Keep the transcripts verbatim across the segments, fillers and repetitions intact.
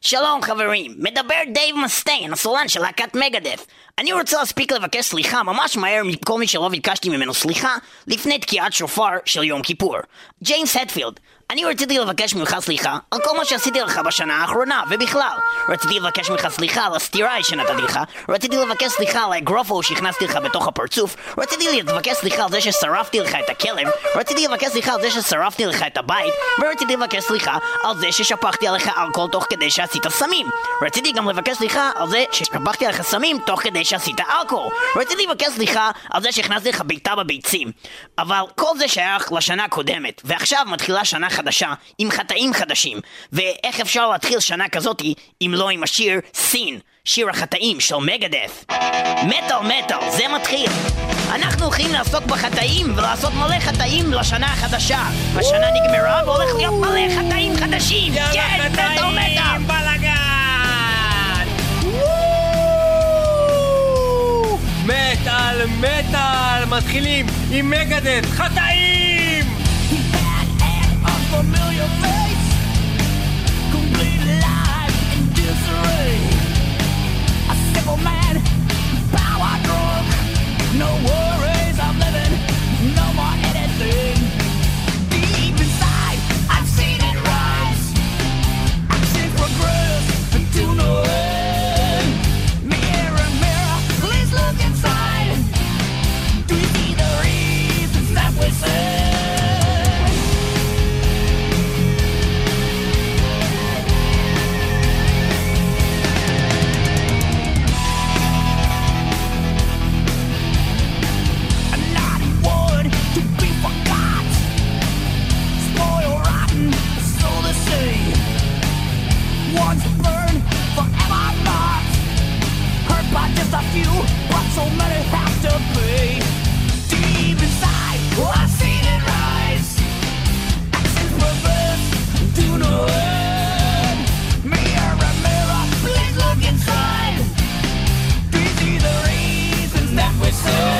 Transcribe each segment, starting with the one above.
שלום חברים, מדבר דייב מסטיין, הסולן של להקת מגדף. אני רוצה להספיק לבקש סליחה ממש מהר מכל מי שלא ביקשתי ממנו סליחה לפני תקיעת שופר של יום כיפור. ג'יימס הטפילד, אני רציתי לבקש ממך סליחה על כל מה שעשיתי לך בשנה האחרונה ובכלל. רציתי לבקש ממך סליחה על הסתירה שנתתי לך, רציתי לבקש סליחה על האגרופו שהכנסתי לך בתוך הפרצוף, רציתי לבקש סליחה על זה ששרפתי לך את הכלב, רציתי לבקש סליחה על זה ששרפתי לך את הבית, ורציתי לבקש סליחה על זה ששפכתי עליך אלכוהול תוך כדי שעשית סמים. רציתי גם לבקש סליחה על זה ששפכתי עליך סמים תוך כדי שעשית אלכוהול. רציתי לבקש סליחה על זה שהכנסתי לך ביתה בביצים. אבל כל זה שייך לשנה הקודמת, ועכשיו מתחילה שנה חדשה עם חטאים חדשים. ואיך אפשר להתחיל שנה כזאת אם לא עם השיר סין, שיר החטאים של מגדף. מטל מטל, זה מתחיל. אנחנו הולכים לעסוק בחטאים ולעשות מלא חטאים לשנה החדשה. השנה נגמרה והולך להיות מלא חטאים חדשים. כן, מטל מטל בלגן. מטל מטל, מתחילים עם מגדף, חטאים. Familiar face, complete life in disarray. A simple man, power drunk, no worries, I'm living, no more anything. Deep inside, I've seen it rise. I've seen progress to no end. Mirror, mirror, please look inside. Do you see the reasons that we say? Once burned, forever lost. Hurt by just a few, but so many have to pay. Deep inside, oh, I've seen it rise. Actions reverse, do no end. Mirror, mirror, please look inside. Do you see the reasons that we say?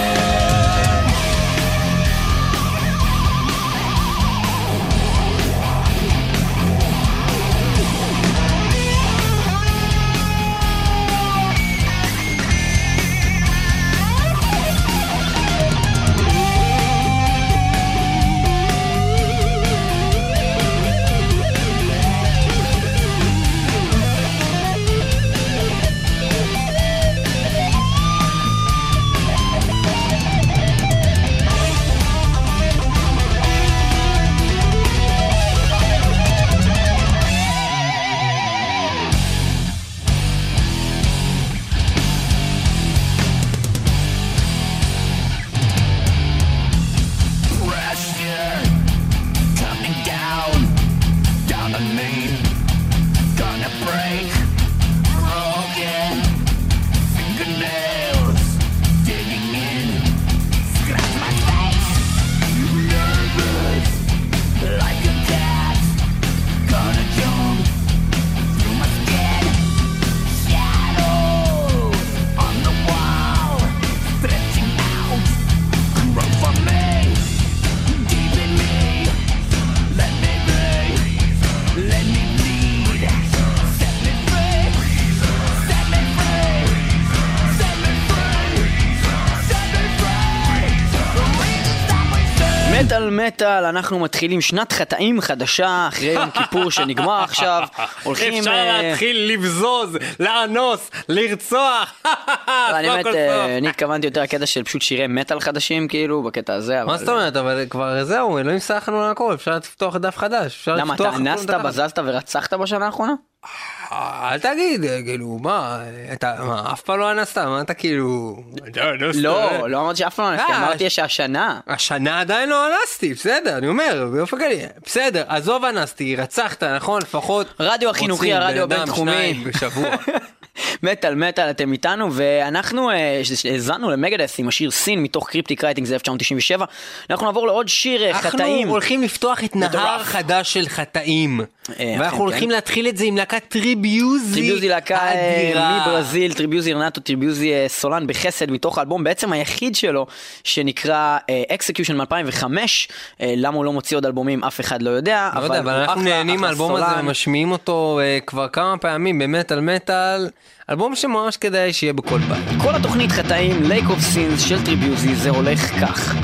מטל מטל, אנחנו מתחילים שנת חטאים חדשה אחרי יום כיפור שנגמר עכשיו. הולכים... אפשר להתחיל לבזוז, לאנוס, לרצוח. אני באמת, אני התכוונתי יותר הקטע של פשוט שירי מטל חדשים, כאילו, בקטע הזה. מה זאת אומרת? אבל כבר זהו, אלוהים סלח לנו על הכל, אפשר לפתוח דף חדש. למה, אתה אנסת, בזזת ורצחת בשנה האחרונה? אל תגיד, כאילו, מה, אף פעם לא אנסת, מה אתה כאילו... לא, לא אמרתי שאף פעם לא אנסתי, אמרתי שהשנה. השנה עדיין לא אנסתי, בסדר, אני אומר, באופן כללי, בסדר, עזוב אנסתי, רצחת, נכון, לפחות... רדיו החינוכי, הרדיו הבינתחומי. בשבוע. מטל מטל, אתם איתנו, ואנחנו הזנו למגדס עם השיר סין מתוך קריפטיק רייטינג, זה אלף תשע מאות תשעים ושבע. אנחנו נעבור לעוד שיר חטאים. אנחנו הולכים לפתוח את נהר חדש של חטאים, ואנחנו הולכים להתחיל את זה עם להקת טריביוזי. טריביוזי להקה מברזיל, טריביוזי רנטו, טריביוזי סולן בחסד, מתוך האלבום בעצם היחיד שלו, שנקרא אקסקיושן מ-אלפיים וחמש. למה הוא לא מוציא עוד אלבומים, אף אחד לא יודע. לא יודע, אבל אנחנו נהנים מהאלבום הזה ומשמיעים אותו כבר כמה פעמים במטל מטל. אלבום שממש כדאי שיהיה בכל בית. כל התוכנית חטאים, Lake of Sins של טריביוזי, זה הולך כך.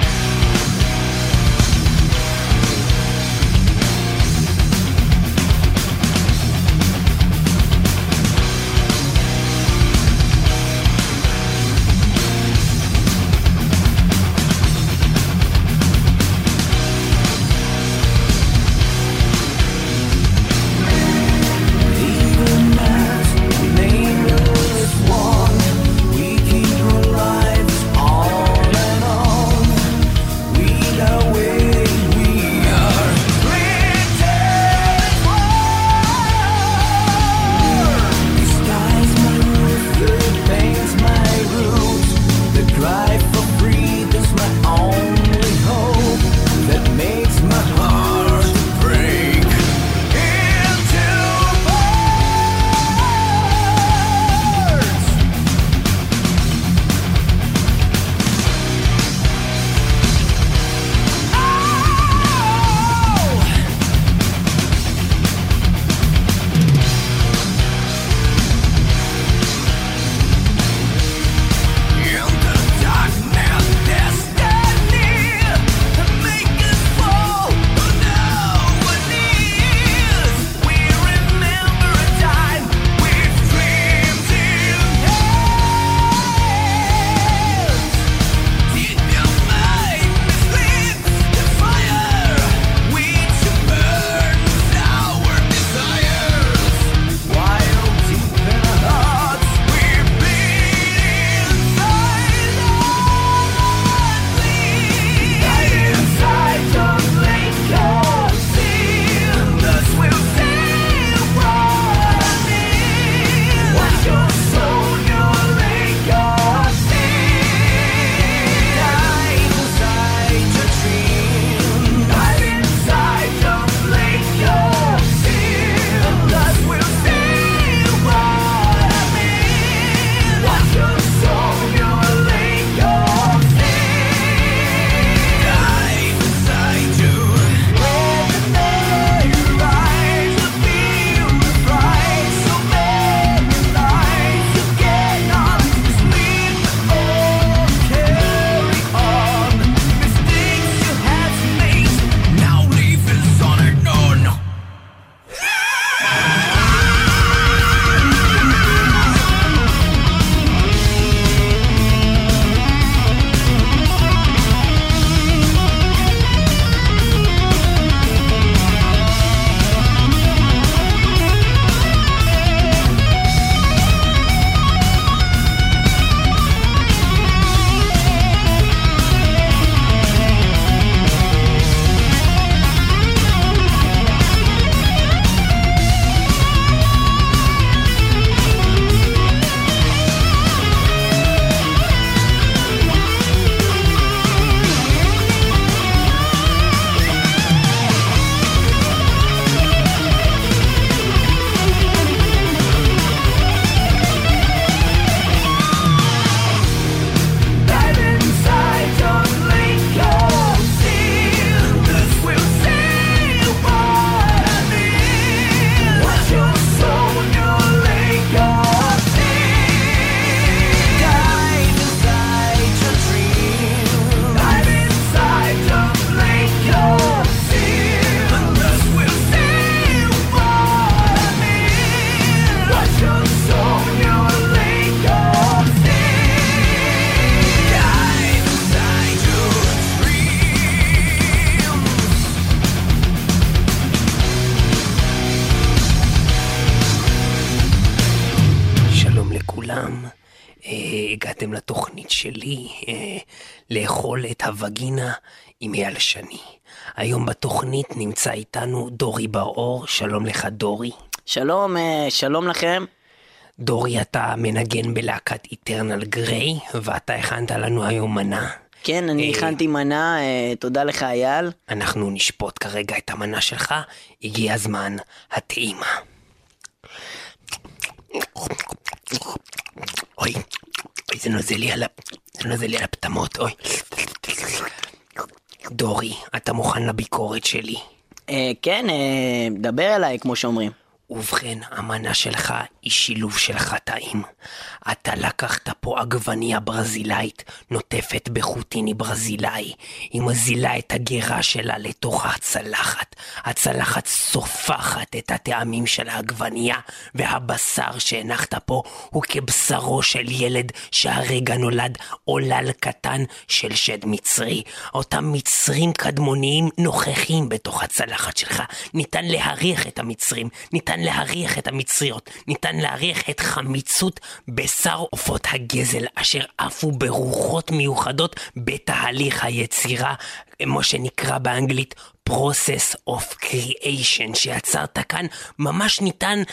הגעתם לתוכנית שלי, אה, לאכול את הווגינה עם אייל שני. היום בתוכנית נמצא איתנו דורי בר-אור. שלום לך דורי. שלום, שלום לכם. דורי, אתה מנגן בלהקת איטרנל גריי, ואתה הכנת לנו היום מנה. כן, אני הכנתי מנה, תודה לך אייל. אנחנו נשפוט כרגע את המנה שלך, הגיע הזמן הטעימה. אוי, אוי, זה נוזל לי על, זה נוזל לי על הפטמות, אוי. דורי, אתה מוכן לביקורת שלי? כן, דבר אליי, כמו שאומרים. ובכן, המנה שלך היא שילוב של חטאים. אתה לקחת פה עגבניה ברזילאית, נוטפת בחוטיני ברזילאי. היא מזילה את הגרה שלה לתוך הצלחת. הצלחת סופחת את הטעמים של העגבניה, והבשר שהנחת פה הוא כבשרו של ילד שהרגע נולד, עולל קטן של שד מצרי. אותם מצרים קדמוניים נוכחים בתוך הצלחת שלך. ניתן להריח את המצרים, ניתן להריח את המצריות, ניתן להריח את חמיצות בשר עופות הגזל אשר עפו ברוחות מיוחדות בתהליך היצירה, כמו שנקרא באנגלית process of creation, שיצרת כאן. ממש ניתן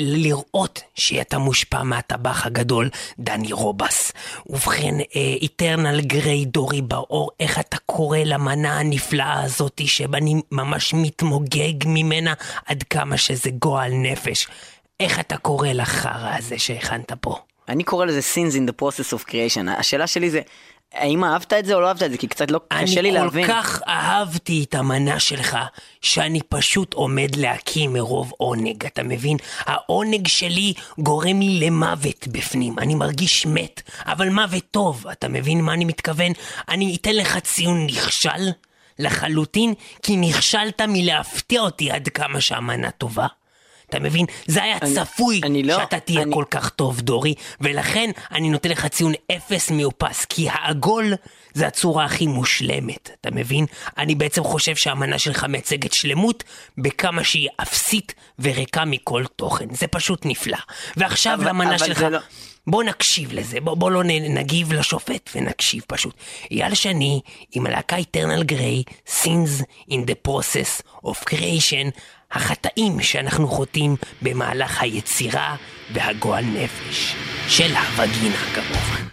לראות שאתה מושפע מהטבח הגדול דני רובס. ובכן, איטרנל גריי, דורי באור, איך אתה קורא למנה הנפלאה הזאת שבני ממש מתמוגג ממנה עד כמה שזה גועל נפש? איך אתה קורא לחרא הזה שהכנת פה? אני קורא לזה sins in the process of creation. השאלה שלי זה, האם אהבת את זה או לא אהבת את זה? כי קצת לא קשה לי להבין. אני כל כך אהבתי את המנה שלך, שאני פשוט עומד להקים מרוב עונג. אתה מבין? העונג שלי גורם לי למוות בפנים. אני מרגיש מת, אבל מוות טוב. אתה מבין מה אני מתכוון? אני אתן לך ציון נכשל לחלוטין, כי נכשלת מלהפתיע אותי עד כמה שהמנה טובה. אתה מבין? זה היה אני, צפוי אני לא, שאתה תהיה אני... כל כך טוב, דורי, ולכן אני נותן לך ציון אפס מאופס, כי העגול זה הצורה הכי מושלמת, אתה מבין? אני בעצם חושב שהמנה שלך מייצגת שלמות בכמה שהיא אפסית וריקה מכל תוכן. זה פשוט נפלא. ועכשיו אבל, למנה אבל שלך... לא... בוא נקשיב לזה, בוא, בוא לא נגיב לשופט ונקשיב פשוט. אייל שני עם הלהקה איטרנל גריי, Sins in the process of creation, החטאים שאנחנו חוטאים במהלך היצירה והגועל נפש של הווגינה כמובן.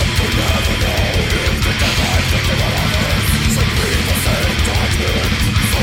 Touch me.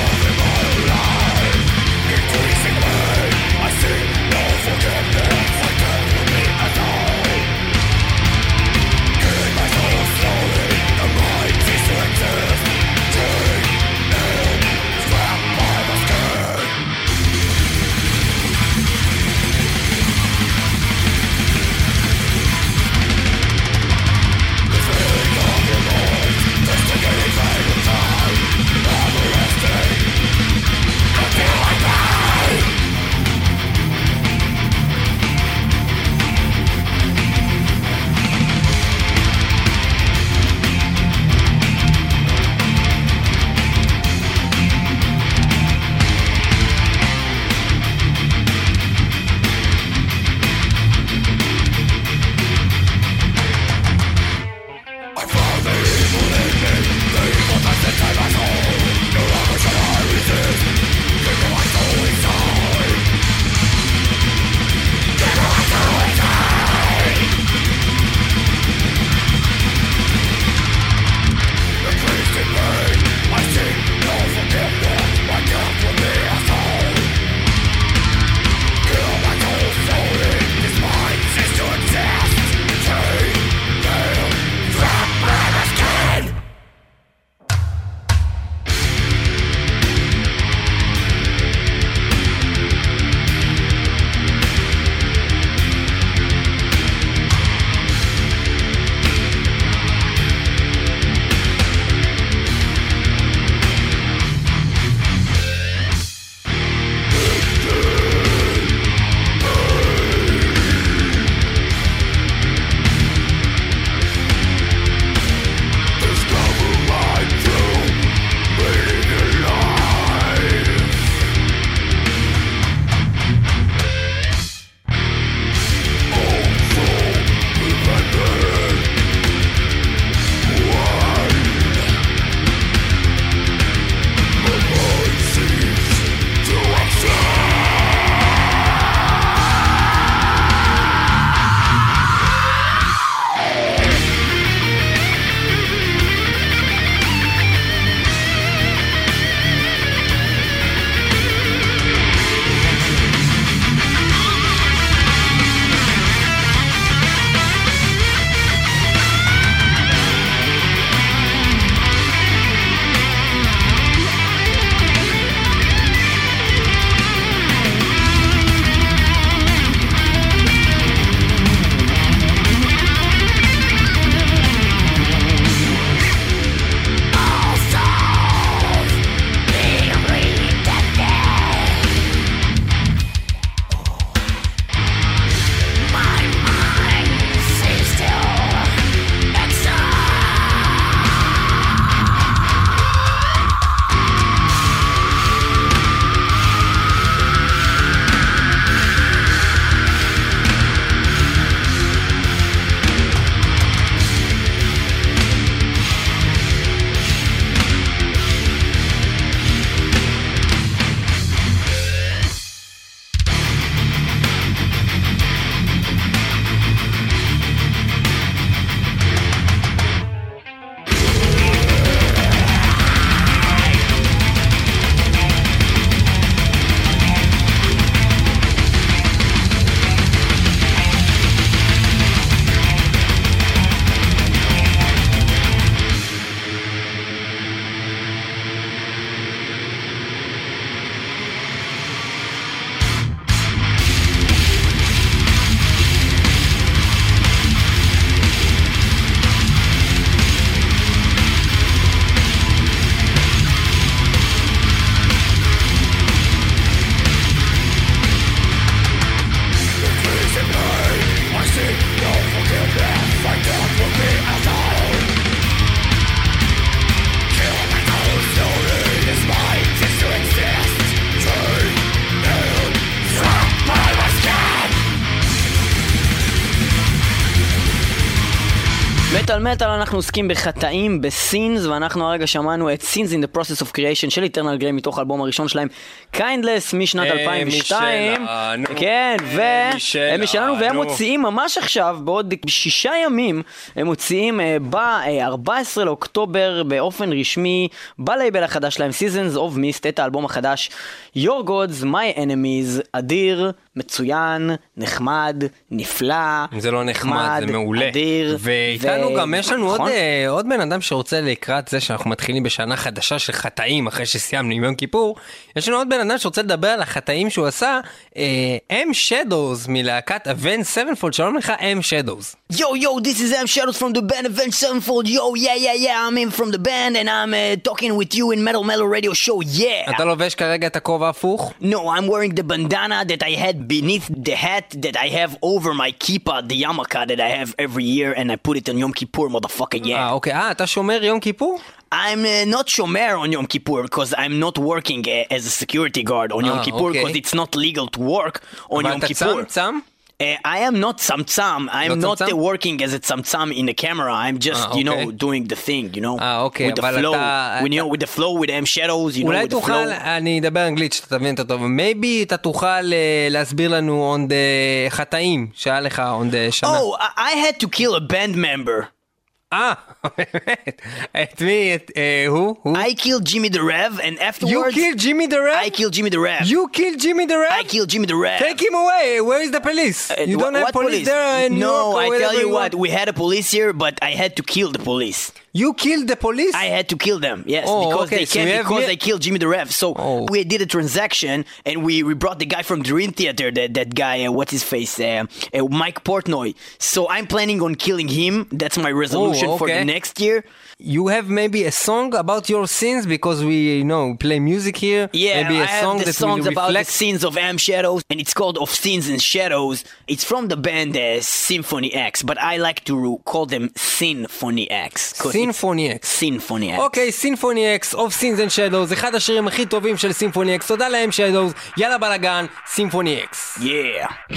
במטל מטל אנחנו עוסקים בחטאים, בסינס, ואנחנו הרגע שמענו את Sins in the Process of Creation של Eternal Grey מתוך האלבום הראשון שלהם, Kindless, משנת אלפיים ושתיים. כן, והם משלנו, והם מוציאים ממש עכשיו, בעוד שישה ימים, הם מוציאים ב-ארבעה עשר לאוקטובר באופן רשמי, בלייבל החדש שלהם, Seasons of Mist, את האלבום החדש, Your Gods, My Enemies, אדיר, מצוין, נחמד, נפלא. זה לא נחמד, זה מעולה. אדיר. ואיתנו גם יש לנו עוד, עוד בן אדם שרוצה לקראת זה שאנחנו מתחילים בשנה חדשה של חטאים אחרי שסיימנו עם יום כיפור. יש לנו עוד בן אדם שרוצה לדבר על החטאים שהוא עשה, M Shadows מלהקת Avenged Sevenfold. שלום לך, M Shadows. Yo, yo, this is M Shadows from the band Avenged Sevenfold. Yo, yeah, yeah, yeah, I'm in from the band and I'm uh, talking with you in Metal Metal Radio Show, yeah. אתה לובש כרגע את הכובע הפוך? No, I'm wearing the bandana that I had beneath the hat that I have over my kippa, the yarmulke that I have every year, and I put it on Yom Kippur, motherfucker, yeah. אה, אוקיי. אה, אתה שומר יום כיפור? I'm uh, not shomer on Yom Kippur because I'm not working uh, as a security guard on Yom Ah, Kippur because okay. it's not legal to work on Yom אבל אתה Kippur. צם? Uh, I am not samtsam. I am Not not uh, samtsam? working as a samtsam in the camera. I'm just, Ah, you know, okay. doing the thing, you know, Ah, okay, with the אבל flow. אתה- When, you know, with the flow, with M Shadows, you know, אולי with the תוכל, flow. אני אדבר אנגלית שאתה תבין את טוב. maybe אתה תוכל אה, להסביר לנו on the חטאים שהיה לך on the שנה. Oh, I, I had to kill a band member. אה, באמת. את מי? את אה, הוא? הוא? I killed Jimmy the Rev, and You afterwards, killed Jimmy the Rev? I killed Jimmy the Rev. You killed Jimmy the Rev? I killed Jimmy the Rev. Take him away. Where is the police? Uh, You don't wh- have what police, there in New No, York or I wherever tell you what, want? we had a police here, but I had to kill the police. You killed the police? I had to kill them, yes, Oh, because okay, they so came you have because me- they killed Jimmy the Rev. So Oh. we did a transaction, and we, we brought the guy from Dream Theater, that that guy, uh, what's his face, uh, uh, Mike Portnoy. So I'm planning on killing him. That's my resolution Oh, for okay. the next year. You have maybe a song about your sins because we, you know, play music here. Yeah, maybe a I song have the that songs will about reflect. the scenes of Am Shadows, and it's called Of Scenes and Shadows. It's from the band uh, Symphony X, but I like to call them Sinphony X. 'cause it's Symphony X. Symphony X. אוקיי, Symphony X, Of Sins and Shadows, אחד השירים הכי טובים של Symphony X. תודה להם Shadows, יאללה בלגן, Symphony X. Yeah.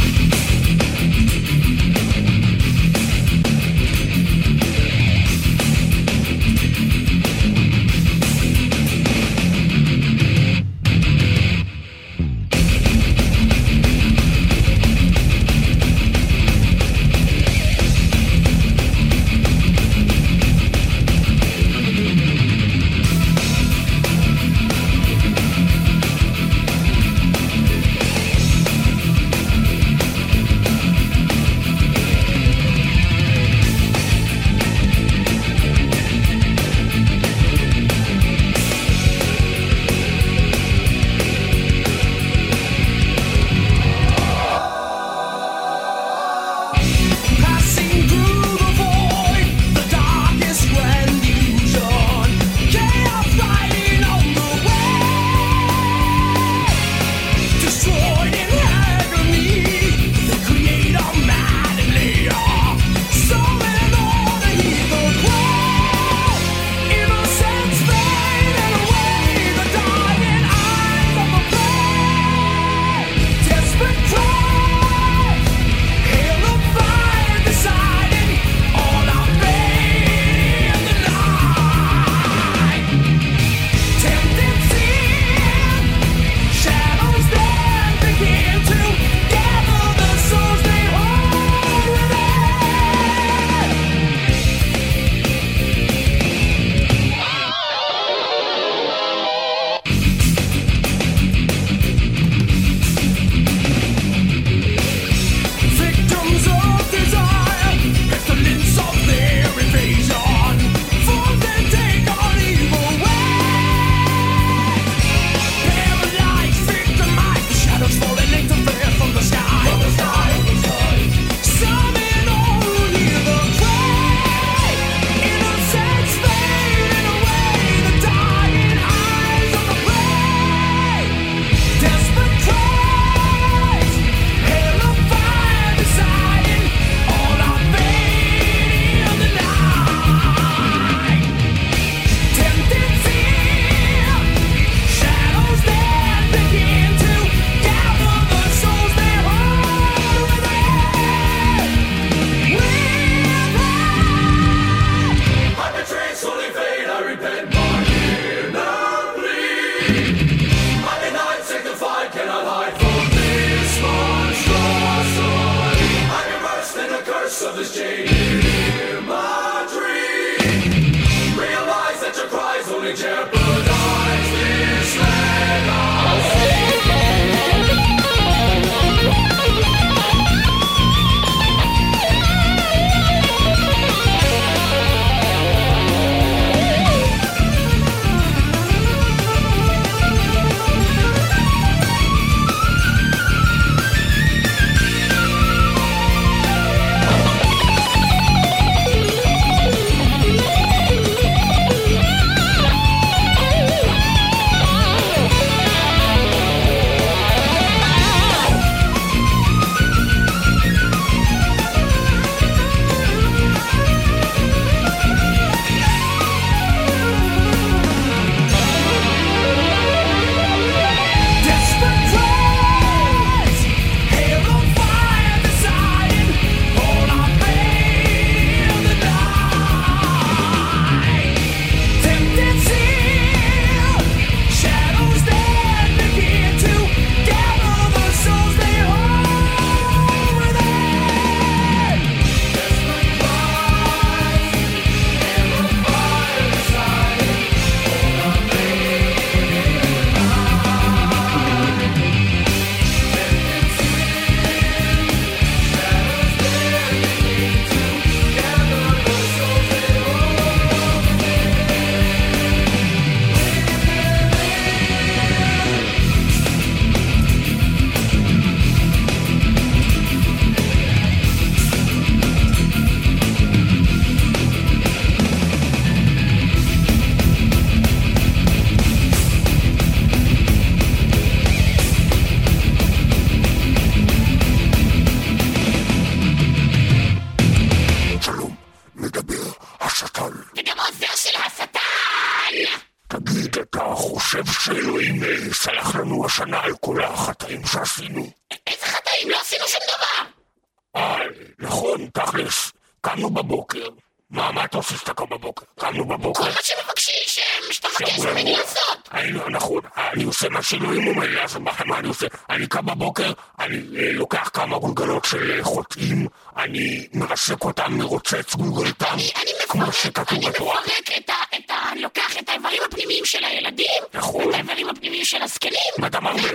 חושב שאלוהים סלח לנו השנה על כל החטאים שעשינו? איזה חטאים? לא עשינו שום דבר! אה, נכון, תכלס, קמנו בבוקר. מה, מה אתה עושה שאתה קם בבוקר? קמנו בבוקר. כל מה שמבקשים שאתה מבקש ממני לעשות! נכון, אני עושה מה שאלוהים אומר לי, אז מה אני עושה? אני קם בבוקר, אני לוקח כמה גולגלות של חוטאים, אני מרסק אותם, מרוצץ גולגלתם, כמו שכתוב בתורה. אני מפרק את ה... אני לוקח את האיברים הפנימיים של הילדים, נכון. את האיברים הפנימיים של הזקנים. מה אתה מרבב?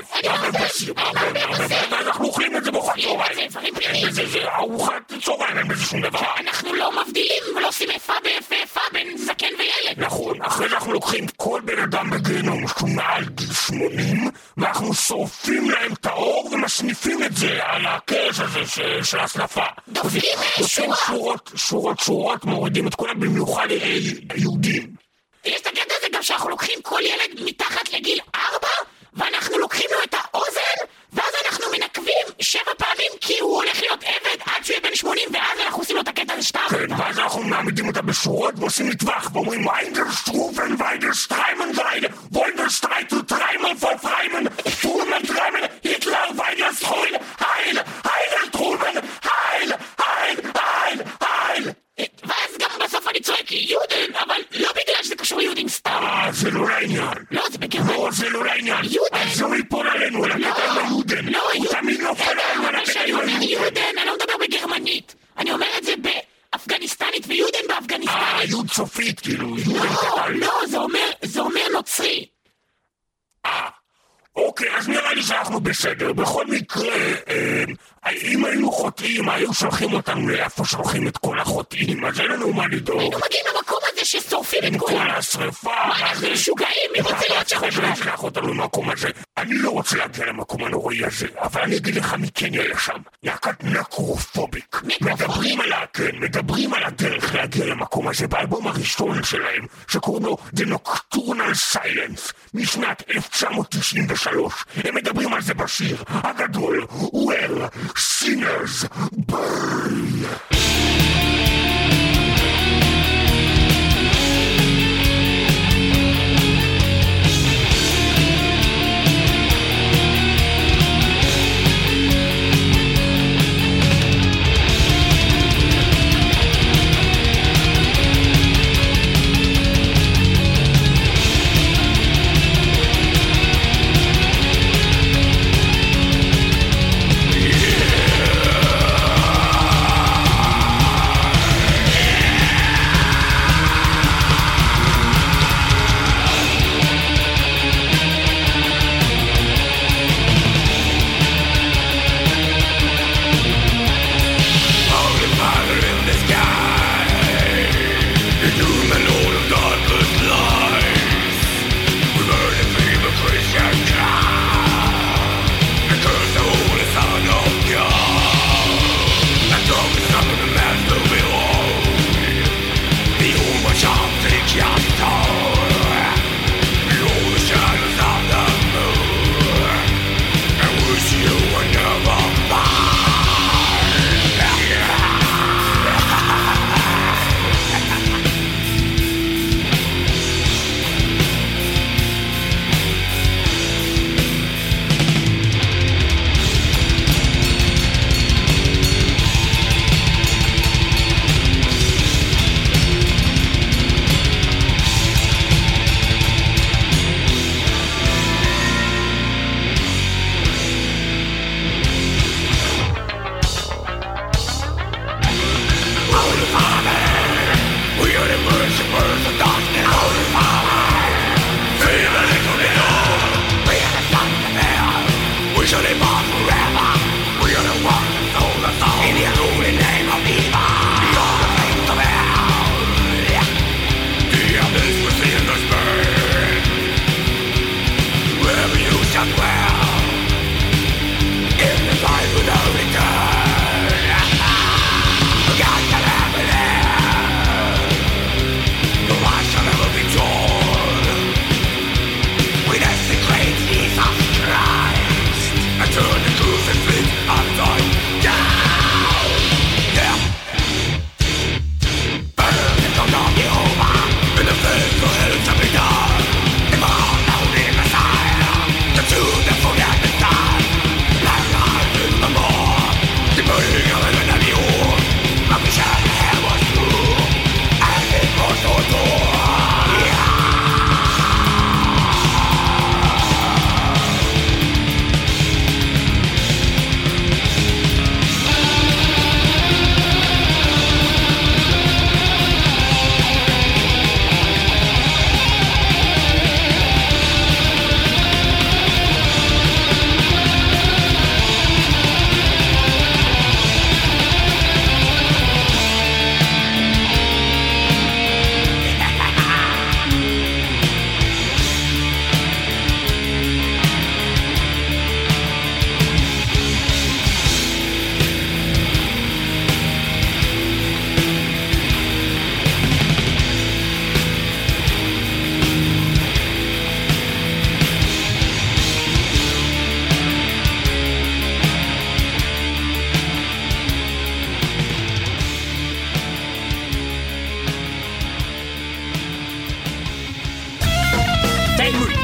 אנחנו אוכלים את זה בארוחת צהריים. זה ארוחת צהריים, אין בזה שום דבר. אנחנו לא מבדילים ולא עושים איפה באיפה בין זקן וילד. נכון, אחרי זה אנחנו לוקחים כל בן אדם בגיהנום שהוא מעל גיל שמונים, ואנחנו שורפים להם את האור ומשניפים את זה על הכרס הזה של הסנפה. דופקים שורות, שורות, שורות, מורידים את כולם במיוחד היהודים. יש את הקטע הזה גם שאנחנו לוקחים כל ילד מתחת לגיל ארבע, ואנחנו לוקחים לו את האוזן, ואז אנחנו מנקבים שבע פעמים כי הוא הולך להיות עבד עד שהוא יהיה בן שמונים, ואז אנחנו עושים לו את הקטע הזה שטר. כן, ואז אנחנו מעמידים אותה בשורות ועושים מטווח, ואומרים ויינגרשטרופן, ויינגרשטריימן, ויינגרשטרייטל, טריימן, פריימן, טרולמן, טריימן, היטלר, ויינגרשטרוין, הייל, הייל, טרולמן, הייל, הייל, הייל, הייל. ואז גם בסוף אני צועק יודן, אבל לא בגלל שזה קשור ליהודים סתם. אה, זה לא לעניין. לא, זה בגרמניה. לא, זה לא לעניין. יודן. אז זה לא ייפול עלינו, אלא קטע עם היודן. לא, הוא תמיד נופל עלינו על הקטע עם היודן. יודן, אני לא מדבר בגרמנית. אני אומר את זה באפגניסטנית ויודן באפגניסטנית. אה, יוד סופית, כאילו. לא, לא, זה אומר, זה אומר נוצרי. אה, אוקיי, אז נראה לי שאנחנו בסדר. בכל מקרה, אם היינו חוטאים, היו שולחים אותנו לאיפה שולחים את כל החוטאים, אז אין לנו מה לדאוג. היינו מגיעים למקום הזה ששורפים את עם כולם. כל השריפה. מה, אנחנו משוגעים? מי רוצה להיות שחוט? לשלח אותנו למקום הזה. אני לא רוצה להגיע למקום הנוראי הזה, אבל אני אגיד לך מי כן ילך שם. להקת נקרופוביק. מדברים על כן, מדברים על הדרך להגיע למקום הזה באלבום הראשון שלהם, שקוראים לו The Nocturnal Silence, משנת אלף תשע מאות תשעים ושלוש. הם מדברים על זה בשיר הגדול, Where Sinners Burn.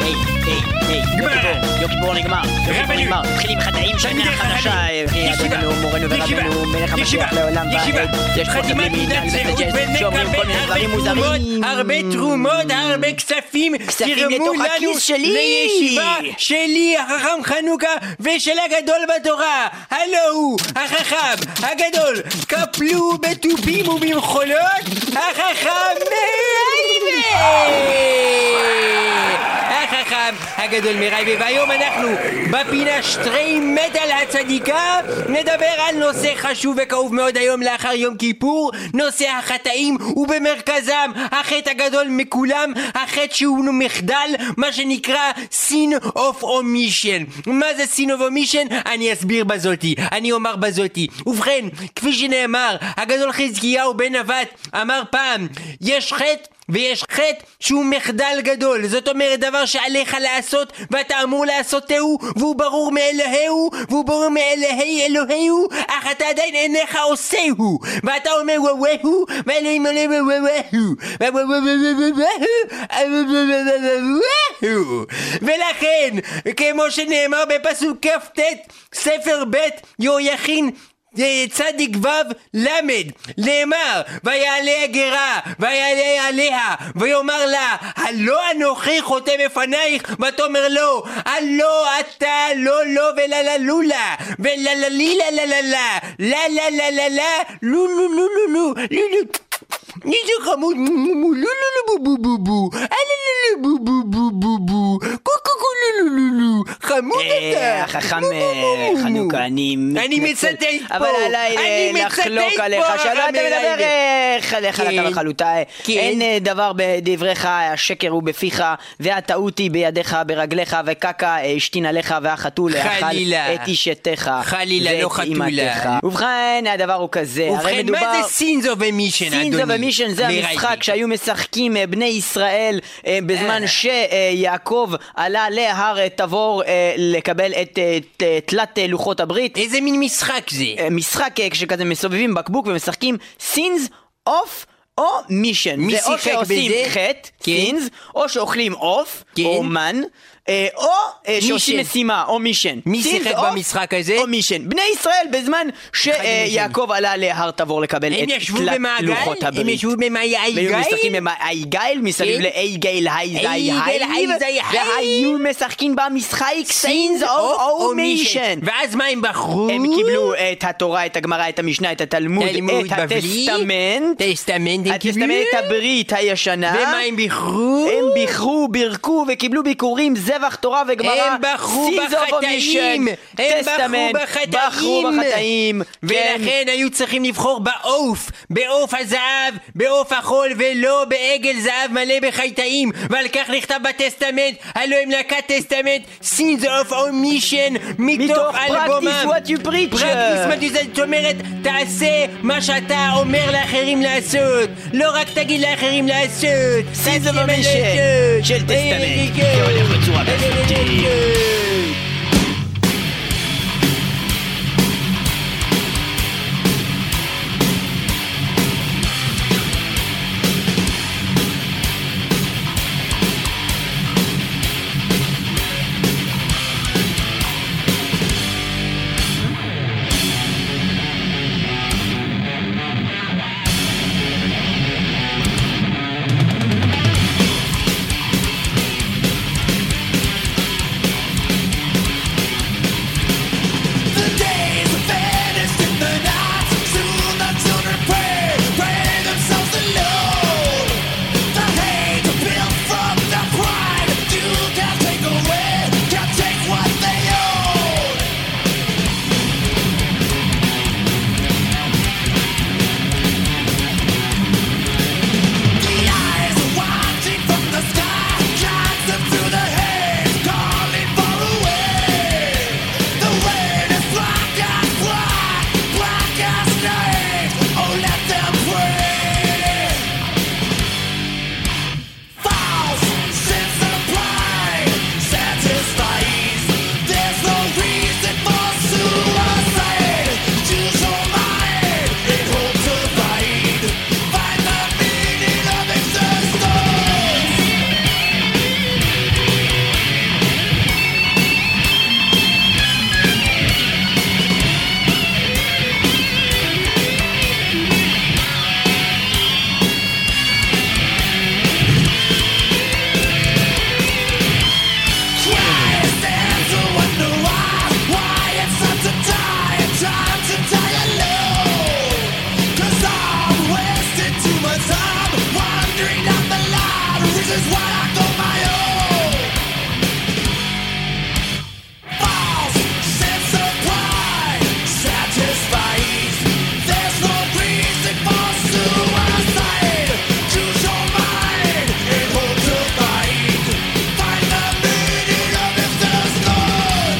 היי, היי, היי, יום כיפור, יום כיפור נגמר, יום כיפור נגמר, מתחילים חטאים שנה חדשה, אדוננו, מורנו ורבנו, מלך המשיח לעולם ועד, יש פה סבלים מנהל וסג'ס, שאומרים כל מיני דברים מוזרים. הרבה תרומות, הרבה כספים, כספים לתוך הכיס שלי! לישיבה שלי, החכם חנוכה, ושל הגדול בתורה. הלו הוא, החכם, הגדול, קפלו בתופים ובמחולות, החכם מרייבה! החכם הגדול מרייבה, והיום אנחנו בפינה שטרי מטל הצדיקה נדבר על נושא חשוב וכאוב מאוד היום לאחר יום כיפור, נושא החטאים, ובמרכזם החטא הגדול מכולם, החטא שהוא מחדל, מה שנקרא sin of omission. מה זה sin of omission? אני אסביר בזאתי, אני אומר בזאתי. ובכן, כפי שנאמר, הגדול חזקיהו בן נבט אמר פעם, יש חטא ויש חטא שהוא מחדל גדול, זאת אומרת דבר שעליך לעשות ואתה אמור לעשותהו, והוא ברור מאלוהיהו והוא ברור מאלוהי אלוהיהו, אך אתה עדיין אינך עושהו, ואתה אומר וואוהו ואלוהים אומר וואוהו. ולכן כמו שנאמר בפסוק כ"ט ספר ב' יהויכין צדיק ו' למד, נאמר ויעלה הגרה ויעלה עליה ויאמר לה הלא אנוכי חוטא בפנייך, ותאמר לו הלא אתה לא לא ולללולה ולללילה לללה ללללה לולו לולו לולו ניזה חמוד לולו בו בו בו בו אלללו בו בו בו בו בו קוקו לולו חמוד אתה החכם חנוכה, אני אני מצטט פה, אבל עליי לחלוק עליך, שלא אתה מדבר חלק עליך וחלוטה, אין דבר בדבריך, השקר הוא בפיך והטעות היא בידיך ברגליך, וקקה השתין עליך והחתול אכל את אישתך חלילה, לא חתולה. ובכן הדבר הוא כזה, ובכן מה זה sins of omission אדוני? sins of omission זה המשחק שהיו משחקים בני ישראל בזמן שיעקב עלה להר תבור לקבל את תלת לוחות הברית. איזה מין משחק זה? משחק כשכזה מסובבים בקבוק ומשחקים sins of או מישן. מי זה או שיחק שעושים בזה? חטא, כן. sins, או שאוכלים עוף, כן. או מן, אה, או אה, שעושים מישן. משימה, או מישן. מי sins שיחק of במשחק הזה? או מישן. בני ישראל בזמן שיעקב עלה להר תבור לקבל הם את ישבו תלת במעגל? לוחות הברית. הם ישבו במעגל? והיו משחקים במעגל מסביב כן. לאי גייל היי זי היי היי, גייל היי זי היי. והיו משחקים במשחק sins of omission. ואז מה הם בחרו? הם קיבלו את התורה, את הגמרא, את המשנה, את התלמוד, תלמוד את בבלי? הטסטמנט, טסטמנט הם קיבלו? הטסטמנט, את הברית הישנה. ומה הם בחרו? הם ביחרו, בירכו וקיבלו ביקורים, זבח תורה וגמרא. הם בחרו sins of בחטאים. omission, הם בחרו טסטמנט, בחטאים. בחרו בחטאים. כן. ולכן היו צריכים לבחור בעוף, בעוף הזהב, בעוף החול, ולא בעגל זהב מלא בחטאים. ועל כך נכתב בטסטמנט, הלוא הם להקת טסטמנט, sins of omission, מתוך אלבומם. practice what you preach. practice what you preach. זאת אומרת, תעשה מה שאתה אומר לאחרים לעשות, לא רק תגיד לאחרים לעשות. sins of omission של טסטמנט, זה הולך בצורה מסודרת. is what I call my own. False sense of pride satisfies. There's no reason for suicide. Choose your mind and hold to fight. Find the meaning of existence.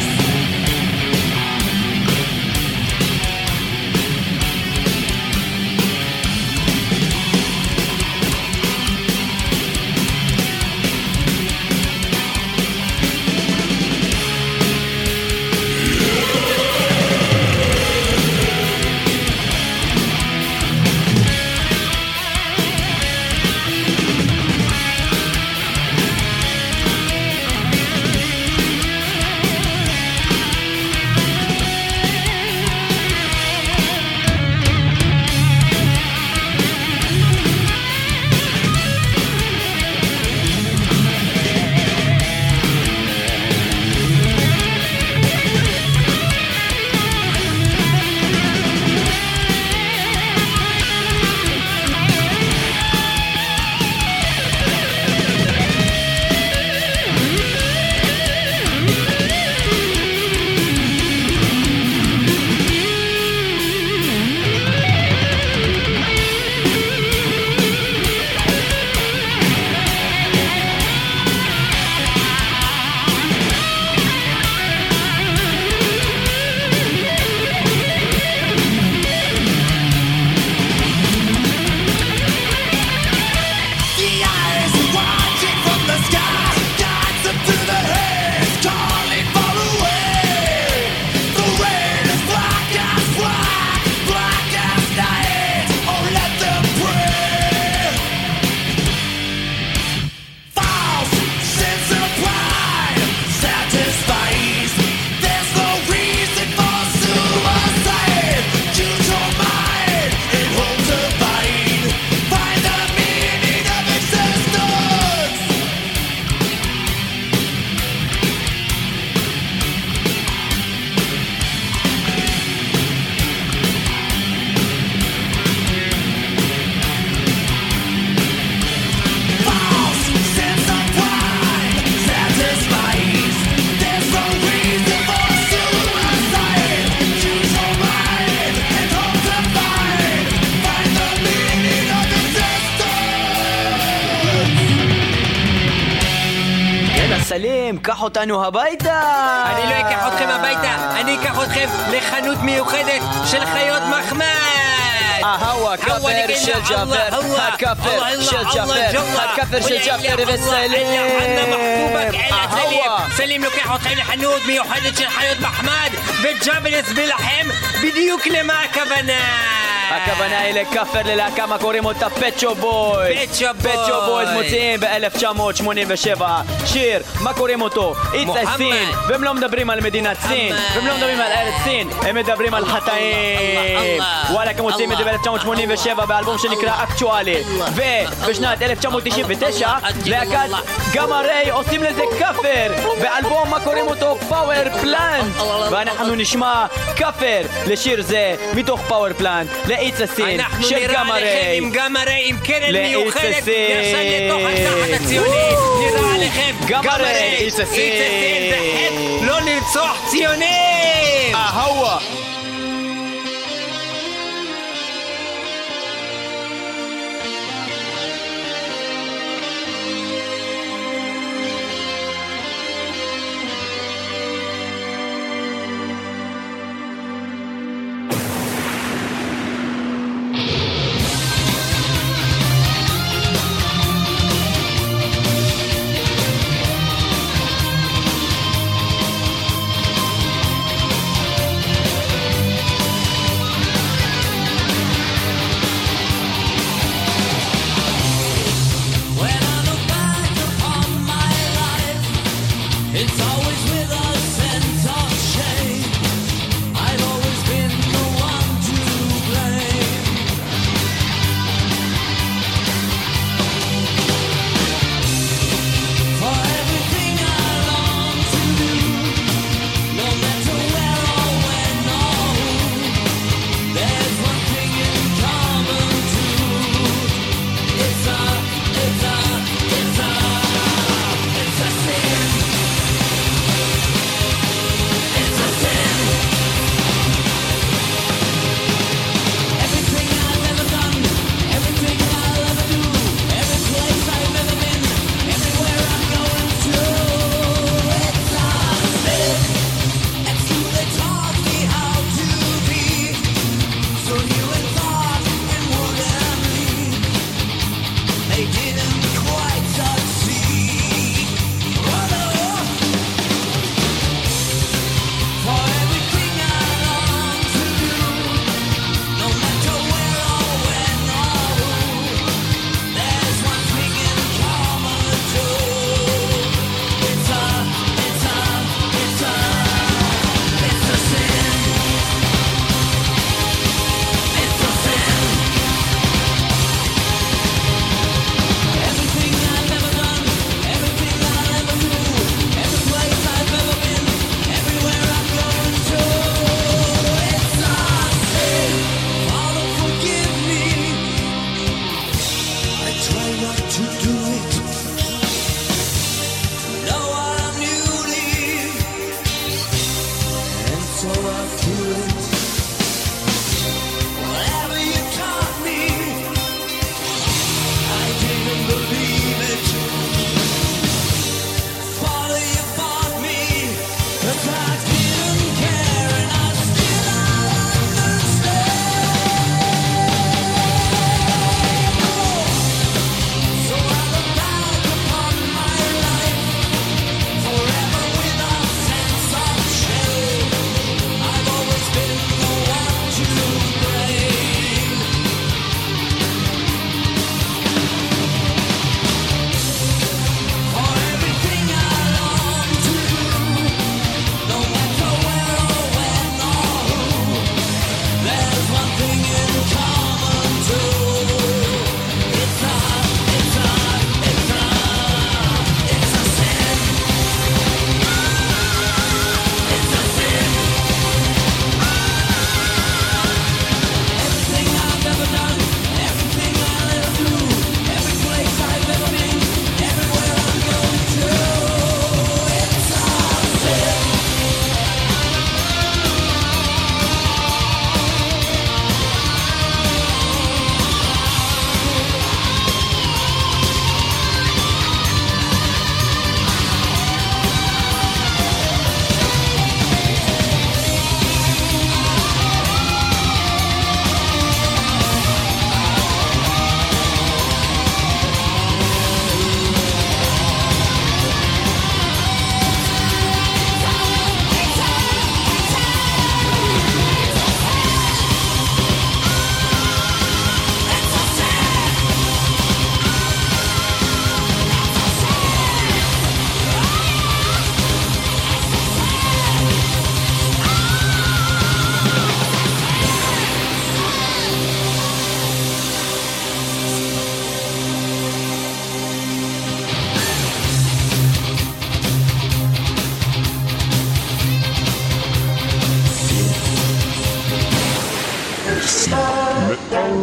The eyes watching from the sky guides them to the heads, calling far away. The rain is black as black, black as night. Oh, let them pray. False sense of pride satisfies. There's no reason for suicide. Choose your mind and hold to fight. Find the meaning of existence. False sense of pride satisfies. There's no reason for suicide. Choose your mind and hold to fight. Find the meaning of existence. יאללה סלים, קח אותנו הביתה. אני לא אקח אתכם הביתה, אני אקח אתכם לחנות מיוחדת של חיות מחמד. ההוא הכפר של ג'אפר, הכפר של ג'אפר, הכפר של ג'אפר וסלים. ההוא. סלים לוקח אתכם לחנות מיוחדת של חיות מחמד, וג'אבל יסביר לכם בדיוק למה הכוונה. הכוונה היא לכפר ללהקה, מה קוראים אותה? פצ'ו בויז. פצ'ו פצ'ו בויז בויז. מוציאים ב-אלף תשע מאות שמונים ושבע שיר, מה קוראים אותו? It's a מוחמד. סין, והם לא מדברים על מדינת סין, מוחמד. והם לא מדברים על ארץ סין, הם מדברים על חטאים. אללה, וואלה, הם מוציאים את זה ב-אלף תשע מאות שמונים ושבע באלבום שנקרא אקטואלי, ובשנת אלף תשע מאות תשעים ותשע להקת גאמה ריי עושים לזה כפר באלבום, מה קוראים אותו? פאוור פלנט. ואנחנו נשמע כפר לשיר זה מתוך פאוור פלנט ל-It's a Sin אנחנו של נראה גאמה עליכם ריי. עם גאמה ריי, עם קרן ל- מיוחדת It's a Sin. ישר לתוך התחת הציוני. נראה עליכם גאמה גאמה ריי, ריי, It's a Sin. It's a Sin, זה חטא לא לרצוח ציונים. אהווה. It's a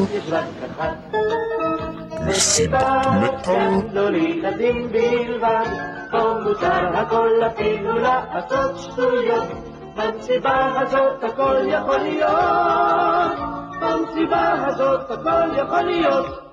יש רק אחת. מסיבת מטאל. לא לילדים בלבד, פה מותר הכל אפילו לעשות שטויות. במסיבה הזאת הכל יכול להיות, במסיבה הזאת הכל יכול להיות.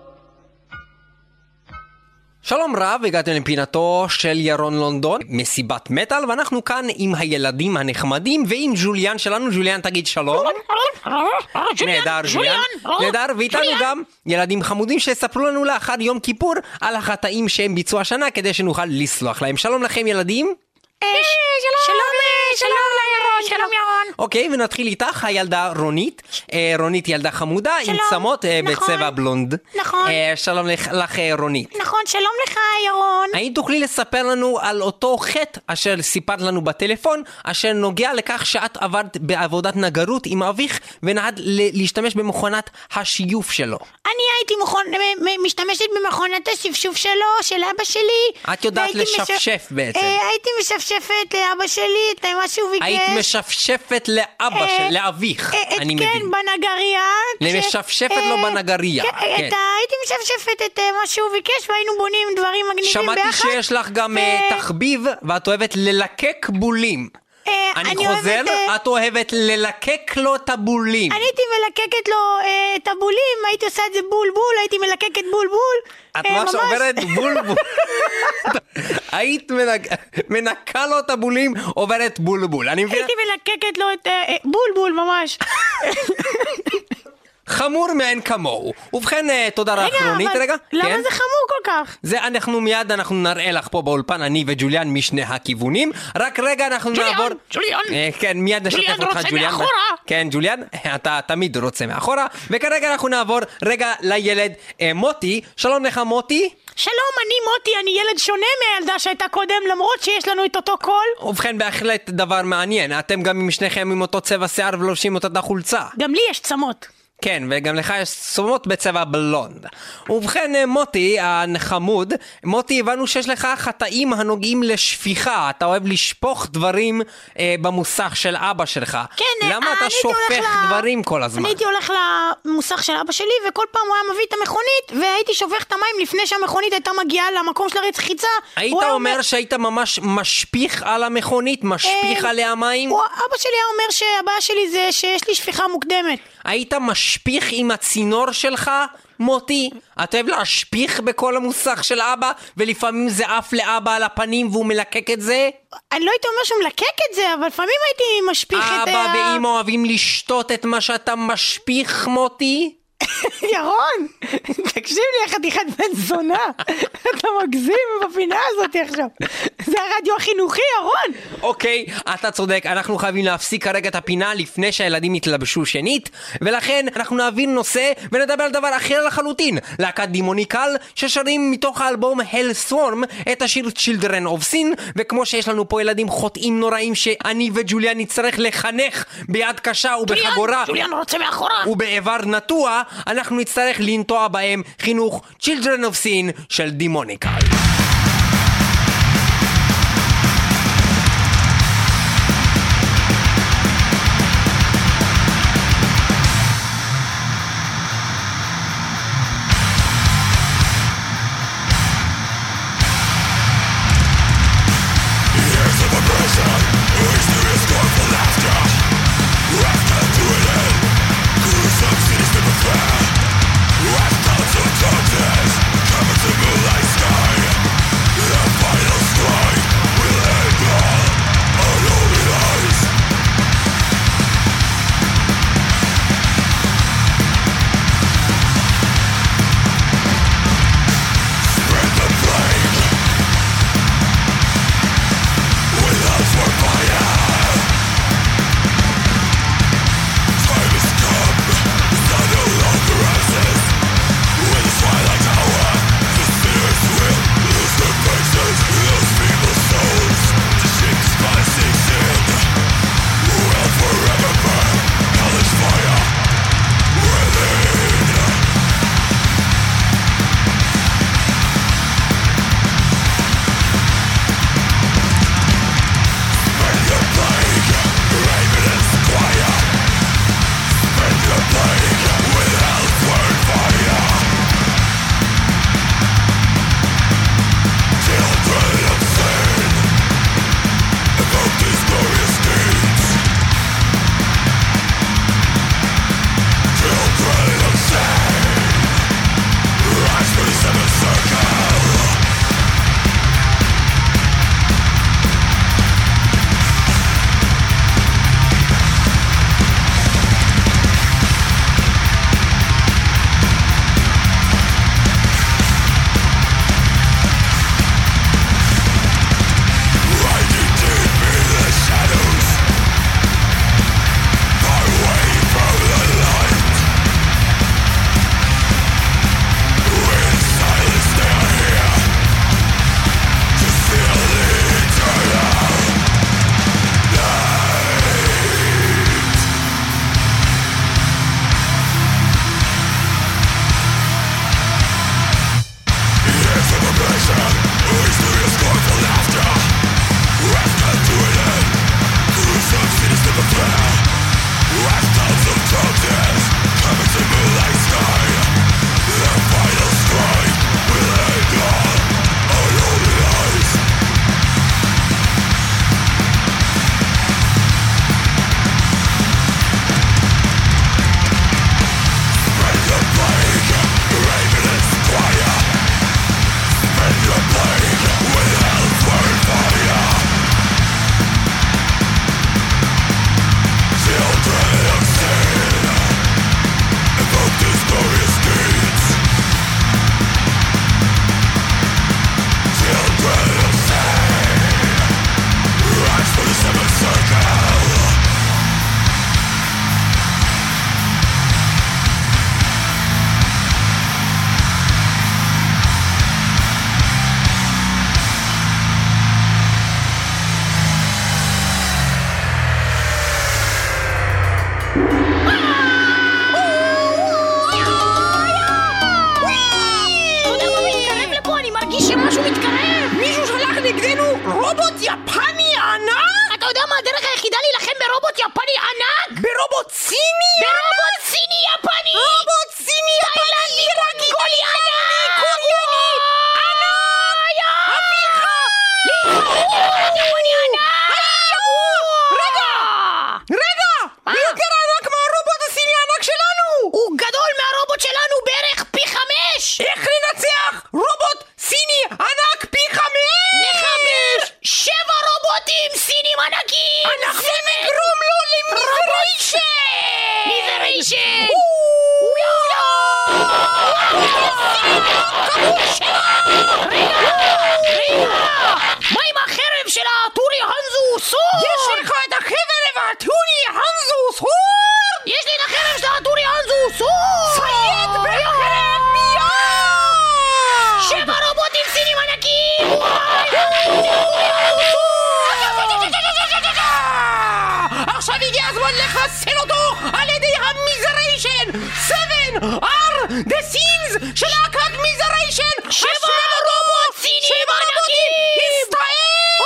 שלום רב, הגעתם לפינתו של ירון לונדון, מסיבת מטל, ואנחנו כאן עם הילדים הנחמדים ועם ג'וליאן שלנו. ג'וליאן, תגיד שלום. נהדר, ג'וליאן. נהדר, ואיתנו גם ילדים חמודים שיספרו לנו לאחר יום כיפור על החטאים שהם ביצעו השנה כדי שנוכל לסלוח להם. שלום לכם ילדים. שלום, שלום לירון, שלום ירון. אוקיי, ונתחיל איתך, הילדה רונית. רונית ילדה חמודה עם צמות בצבע בלונד. נכון. שלום לך רונית. נכון, שלום לך ירון. האם תוכלי לספר לנו על אותו חטא אשר סיפרת לנו בטלפון, אשר נוגע לכך שאת עבדת בעבודת נגרות עם אביך ונעד להשתמש במכונת השיוף שלו? אני הייתי משתמשת במכונת השפשוף שלו, של אבא שלי. את יודעת לשפשף בעצם. הייתי משפשפת לאבא שלי את מה שהוא ביקש. היית משפשפת לאבא של, לאביך, אני מבין. כן, בנגריה. למשפשפת לו בנגריה. הייתי משפשפת את מה שהוא ביקש והיינו בונים דברים מגניבים ביחד. שמעתי שיש לך גם תחביב ואת אוהבת ללקק בולים. אני חוזר, את אוהבת ללקק לו את הבולים. אני הייתי מלקקת לו את הבולים, הייתי עושה את זה בול בול, הייתי מלקקת בול בול. את ממש עוברת בול בול. היית מנקה לו את הבולים, עוברת בול בול. הייתי מלקקת לו את בול בול ממש. חמור מעין כמוהו. ובכן, תודה לך רונית. רגע, למה זה חמור כל כך? זה אנחנו מיד אנחנו נראה לך פה באולפן, אני וג'וליאן משני הכיוונים. רק רגע אנחנו נעבור. ג'וליאן, כן, מיד נשתף אותך ג'וליאן. ג'וליאן רוצה מאחורה. כן, ג'וליאן, אתה תמיד רוצה מאחורה. וכרגע אנחנו נעבור רגע לילד מוטי. שלום לך מוטי. שלום, אני מוטי, אני ילד שונה מהילדה שהייתה קודם, למרות שיש לנו את אותו קול. ובכן, בהחלט דבר מעניין. אתם גם עם שניכם עם אותו צבע שיער ולובשים אותה החולצה. גם לי יש צמות. כן, וגם לך יש צמות בצבע בלונד. ובכן, מוטי, החמוד, מוטי, הבנו שיש לך חטאים הנוגעים לשפיכה. אתה אוהב לשפוך דברים אה, במוסך של אבא שלך. כן, למה אתה שופך לה... דברים כל הזמן? אני הייתי הולך למוסך של אבא שלי, וכל פעם הוא היה מביא את המכונית, והייתי שופך את המים לפני שהמכונית הייתה מגיעה למקום של הרחיצה. היית אומר, אומר שהיית ממש משפיך על המכונית, משפיך אה, עליה מים? הוא, אבא שלי היה אומר שהבעיה שלי זה שיש לי שפיכה מוקדמת. היית משפיך עם הצינור שלך, מוטי? אתה אוהב להשפיך בכל המוסך של אבא, ולפעמים זה עף לאבא על הפנים והוא מלקק את זה? אני לא הייתי אומר שהוא מלקק את זה, אבל לפעמים הייתי משפיך את... אבא ואמא אוהבים לשתות את מה שאתה משפיך, מוטי? ירון, תקשיב לי, חתיכת בן זונה. אתה מגזים בפינה הזאת עכשיו. זה הרדיו החינוכי, ירון. אוקיי, אתה צודק, אנחנו חייבים להפסיק כרגע את הפינה לפני שהילדים יתלבשו שנית, ולכן אנחנו נעביר נושא ונדבר על דבר אחר לחלוטין. להקת דימוניקל ששרים מתוך האלבום Hellstorm את השיר Children of Sin, וכמו שיש לנו פה ילדים חוטאים נוראים שאני וג'וליאן נצטרך לחנך ביד קשה ובחגורה ג'וליאן רוצה מאחורה ובאיבר נטוע, אנחנו נצטרך לנטוע בהם חינוך Children of Sin של דימוניקל. Darkness, covered to moonlight sky. רובוט יפני ענק? אתה יודע מה הדרך היחידה להילחם ברובוט יפני ענק? ברובוט סיני ענק? ברובוט סיני יפני! רובוט סיני יפני ענק! קוריאני! קוריאני! ענק! הפיכה! יפני ענק! רגע! רגע! הוא יותר ענק מהרובוט הסיני הענק שלנו! הוא גדול מהרובוט שלנו בערך פי חמש! איך לנצח רובוט סיני ענק פי חמש? נחמש! שבע רובוטים סינים ענקים! אנחנו נגרום לו למיזריישן! מיזריישן! מה עם החרב של הטורי הנזו סור? יש לך את החרב הטורי הנזו סור? יש לי את החרב של הטורי הנזו סור! צייד בחרב מיד! שבע רובוטים סינים ענקים! עכשיו הגיע הזמן לחסל אותו על ידי המיזריישן! seven are the scenes של להקת מיזריישן! שבע רובוט סינים ענקים! ישראל!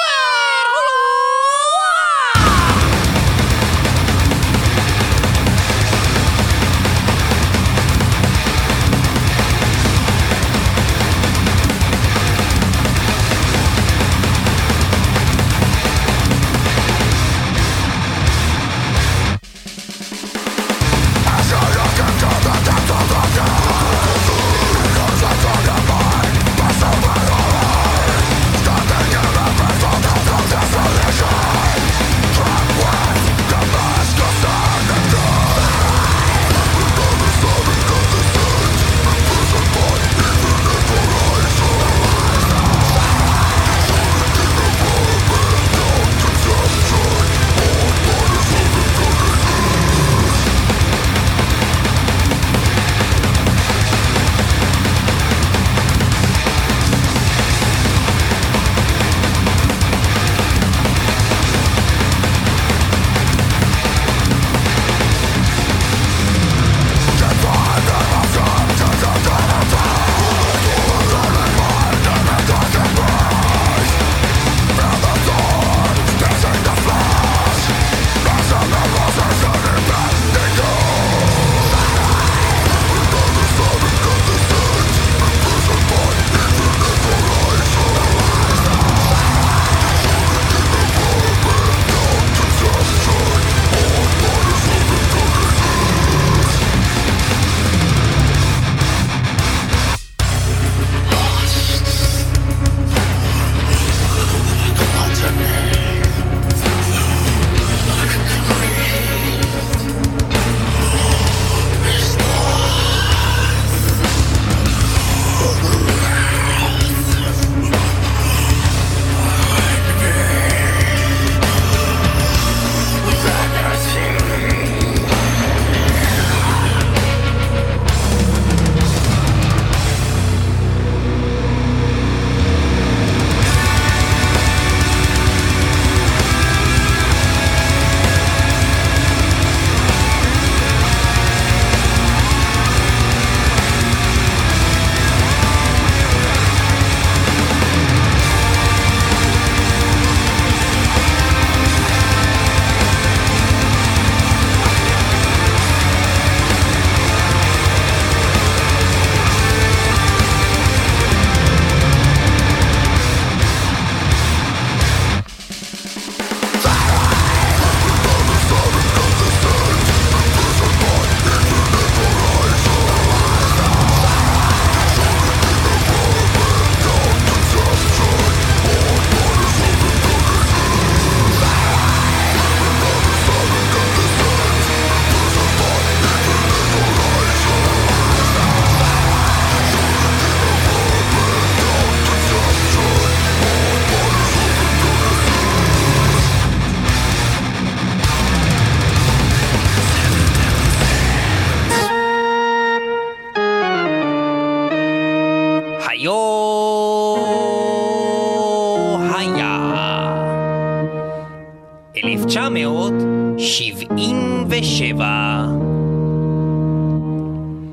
אלף תשע מאות שבעים ושבע.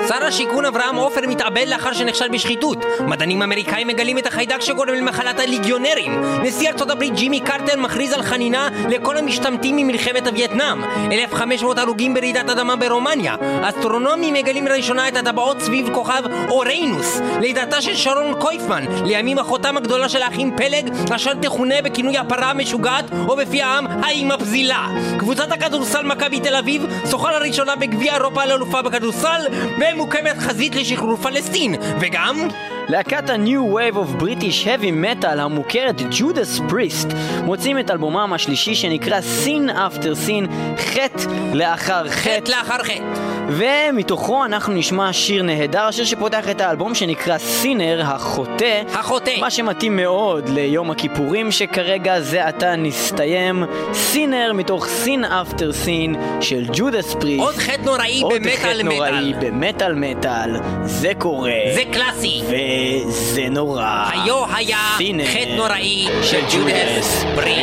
שר השיכון אברהם עופר מתאבד לאחר שנכשל בשחיתות. מדענים אמריקאים מגלים את החיידק שגורם למחלת הליגיונרים. נשיא ארצות הברית ג'ימי קרטר מכריז על חנינה לכל המשתמטים ממלחמת הווייטנאם. אלף וחמש מאות הרוגים ברעידת אדמה ברומניה. אסטרונומים מגלים לראשונה את הטבעות סביב כוכב אוריינוס. לידתה של שרון קויפמן, לימים אחותם הגדולה של האחים פלג, אשר תכונה בכינוי הפרה המשוגעת, או בפי העם האמא פזילה. קבוצת הכדורסל מכבי תל אביב זוכה לראשונה בגביע אירופה לאלופה בכדורסל, ומוקמת חזית לשחרור פלסטין. וגם להקת ה-New Wave of British Heavy Metal המוכרת Judas Priest מוצאים את אלבומם השלישי שנקרא Sin After Sin, חטא לאחר חטא. חטא לאחר חטא. ומתוכו אנחנו נשמע שיר נהדר, השיר שפותח את האלבום שנקרא סינר, החוטא. החוטא. מה שמתאים מאוד ליום הכיפורים שכרגע זה עתה נסתיים. סינר מתוך Sin After Sin של Judas Priest. עוד חטא נוראי עוד במטל חטא נוראי במטל מטל. זה קורה. זה קלאסי. וזה נורא. היו היה סינר חטא נוראי של ג'ודס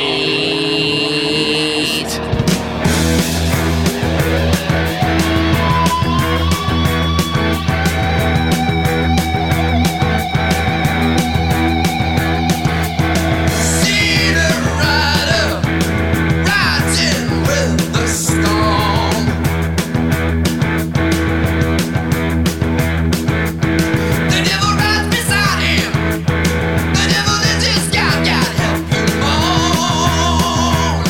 פריסט. The devil is just got, got help him on.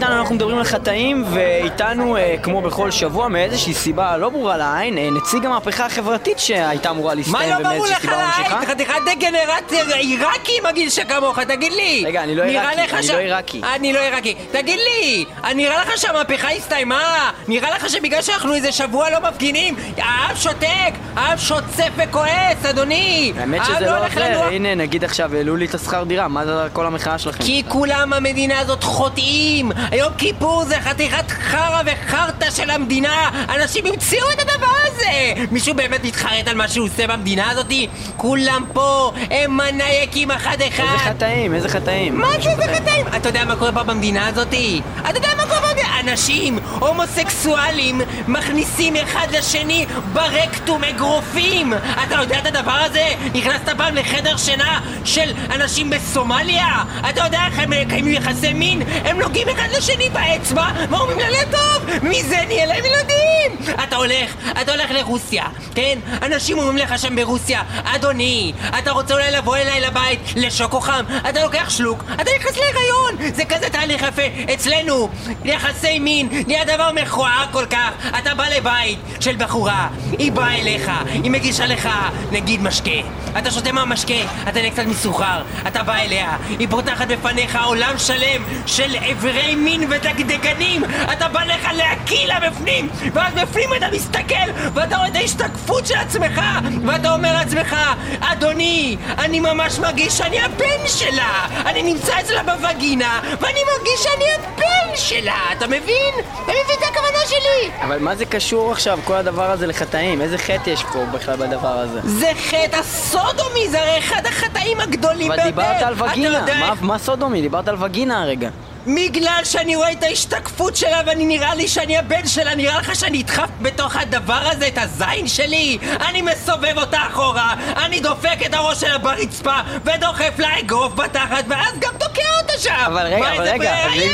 איתנו, אנחנו מדברים על חטאים, ואיתנו, אה, כמו בכל שבוע, מאיזושהי סיבה לא ברורה לעין, אה, נציג המהפכה החברתית שהייתה אמורה להסתיים מה לא ברור ומאיזושהי לך סיבה ממשיכה. לעין? חתיכת דגנרט עיראקי מגיל שכמוך, תגיד לי. רגע, אני לא עיראקי, אני לא עיראקי. אני לא עיראקי. תגיד לי, נראה לך שהמהפכה הסתיימה? נראה לך שבגלל שאנחנו איזה שבוע לא מפגינים, העם שותק, העם שוצף וכועס, אדוני. האמת שזה לא עוזר, הנה נגיד עכשיו העלו לי את השכר דירה, מה זה כל המחאה שלכם? כי כולם המדינה הזאת חוטאים. היום כיפור זה חתיכת חרא וחרטה של המדינה. אנשים המציאו את הדבר הזה. מישהו באמת מתחרט על מה שהוא עושה במדינה הזאת? כולם פה הם מנייקים אחד אחד. איזה חטאים, איזה חטאים. מה זה איזה חטאים? אתה יודע מה קורה פה במדינה הזאת? אתה יודע מה קורה במדינה? אנשים הומוסקסואלים מכניסים אחד לשני ברקטום אגרופים. אתה יודע את הדבר הזה? נכנסת פעם לחדר שינה של אנשים בסומליה? אתה יודע איך הם מקיימים יחסי מין? הם נוגעים אחד לשני באצבע ואומרים לה טוב, מזה נהיה להם ילדים. אתה הולך, אתה הולך לרוסיה, כן? אנשים אומרים לך שם ברוסיה, אדוני, אתה רוצה אולי לבוא אליי לבית לשוקו חם? אתה לוקח שלוק, אתה נכנס להיריון. זה כזה תהליך יפה. אצלנו יחסי מין נהיה דבר מכוער כל כך. אתה בא לבית של בחורה, היא באה אליך, היא מגישה לך נגיד משקה, אתה שותה מהמשקה, אתה נהיה קצת מסוחר, אתה בא אליה, היא פותחת בפניך עולם שלם של איברי מין ודגדגנים. אתה בא לך להקילה בפנים, ואז בפנים אתה מסתכל ואתה רואה את ההשתקפות של עצמך, ואתה אומר לעצמך, אדוני, אני ממש מרגיש שאני הבן שלה, אני נמצא אצלה בווגינה ואני מרגיש שאני הבן שלה. אתה מבין? אתה מבין את הכוונה שלי? אבל מה זה קשור עכשיו כל הדבר הזה לחטאים? איזה חטא יש פה בכלל בדבר הזה? זה חטא הסודומי, זה הרי אחד החטאים הגדולים ביותר. אבל דיברת על וגינה, יודע... מה, מה סודומי? דיברת על וגינה הרגע. בגלל שאני רואה את ההשתקפות שלה ואני נראה לי שאני הבן שלה. נראה לך שאני אדחף בתוך הדבר הזה את הזין שלי? אני מסובב אותה אחורה, אני דופק את הראש שלה ברצפה ודוחף לה אגרוף בתחת ואז גם תוקע אותה שם. אבל רגע, אבל רגע, אז אם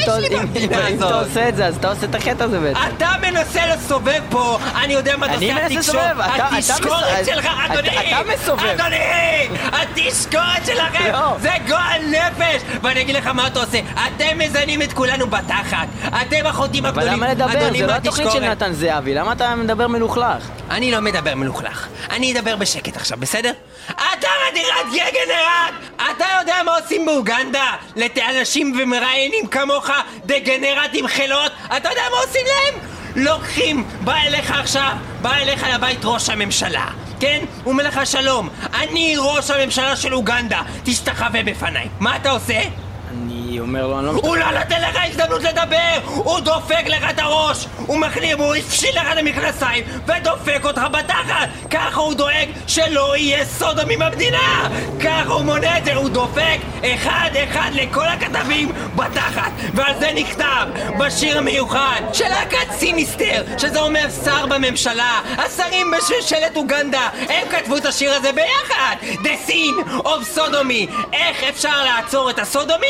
אתה עושה את זה, אז אתה עושה את החטא הזה בעצם. אתה מנסה לסובב פה, אני יודע מה אתה עושה. אני מנסה לסובב, התשקורת שלך, אדוני, אתה מסובב. אדוני, התשקורת שלכם זה גועל נפש. ואני אגיד לך מה אתה עושה, אתם מזנים את כולנו בתחת, אתם החוטאים הגדולים. אבל למה לדבר? זה לא התוכנית של נתן זהבי, למה אתה מדבר מלוכלך? אני לא מדבר מלוכלך, אני אדבר בשקט עכשיו, בסדר? אתה מדירת דגנרט! אתה יודע מה עושים באוגנדה לאנשים ומראיינים כמוך דגנרטים חילות? אתה יודע מה עושים להם? לוקחים, בא אליך עכשיו, בא אליך לבית ראש הממשלה, כן? הוא אומר לך שלום, אני ראש הממשלה של אוגנדה, תשתחווה בפניי. מה אתה עושה? אני אומר לו, אני לא משתחווה. הוא לא נותן לך הזדמנות לדבר, הוא דופק לך את הראש, הוא מחליב, הוא הפשיל לך את המכנסיים ודופק אותך בתחת. ככה הוא דואג שלא יהיה סודומי במדינה, ככה הוא מונע את זה, הוא דופק אחד אחד לכל הכתבים בתחת. ועל זה נכתב בשיר המיוחד של להקת סיניסטר, שזה אומר שר בממשלה. השרים בשושלת אוגנדה הם כתבו את השיר הזה ביחד, The Sin of Sodomy. איך אפשר לעצור את הסודומי?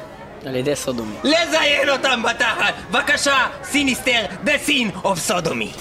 על ידי סודומי. לזיין אותם בתחת. בבקשה, סיניסטר, The Sin of Sodomy.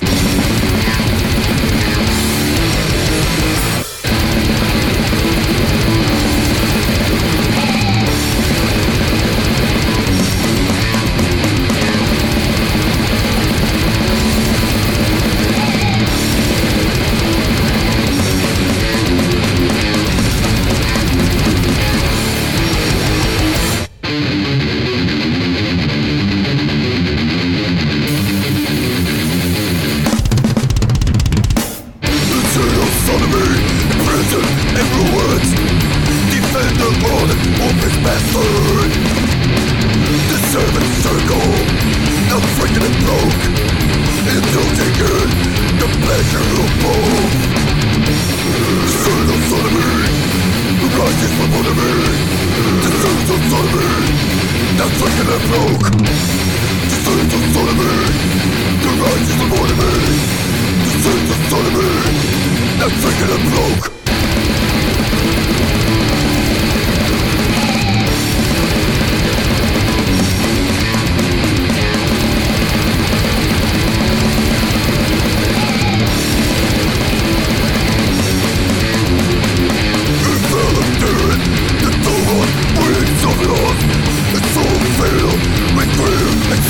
It's so fatal, we grieve,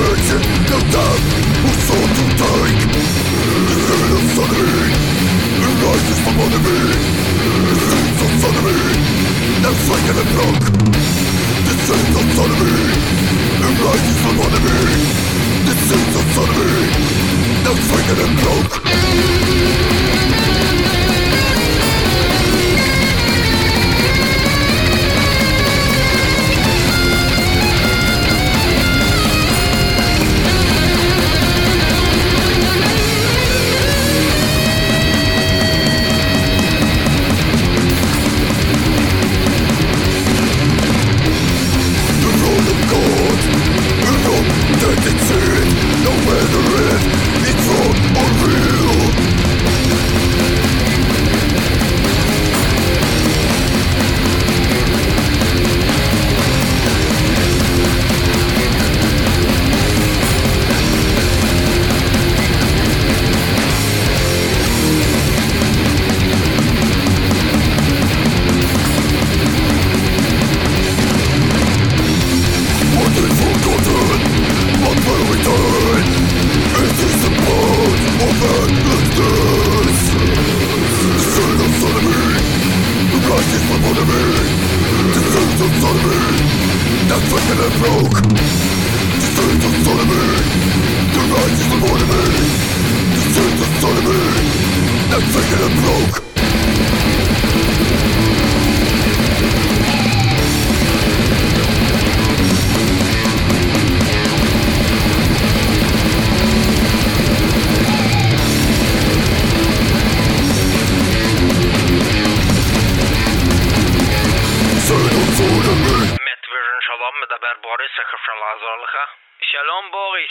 שלום בוריס,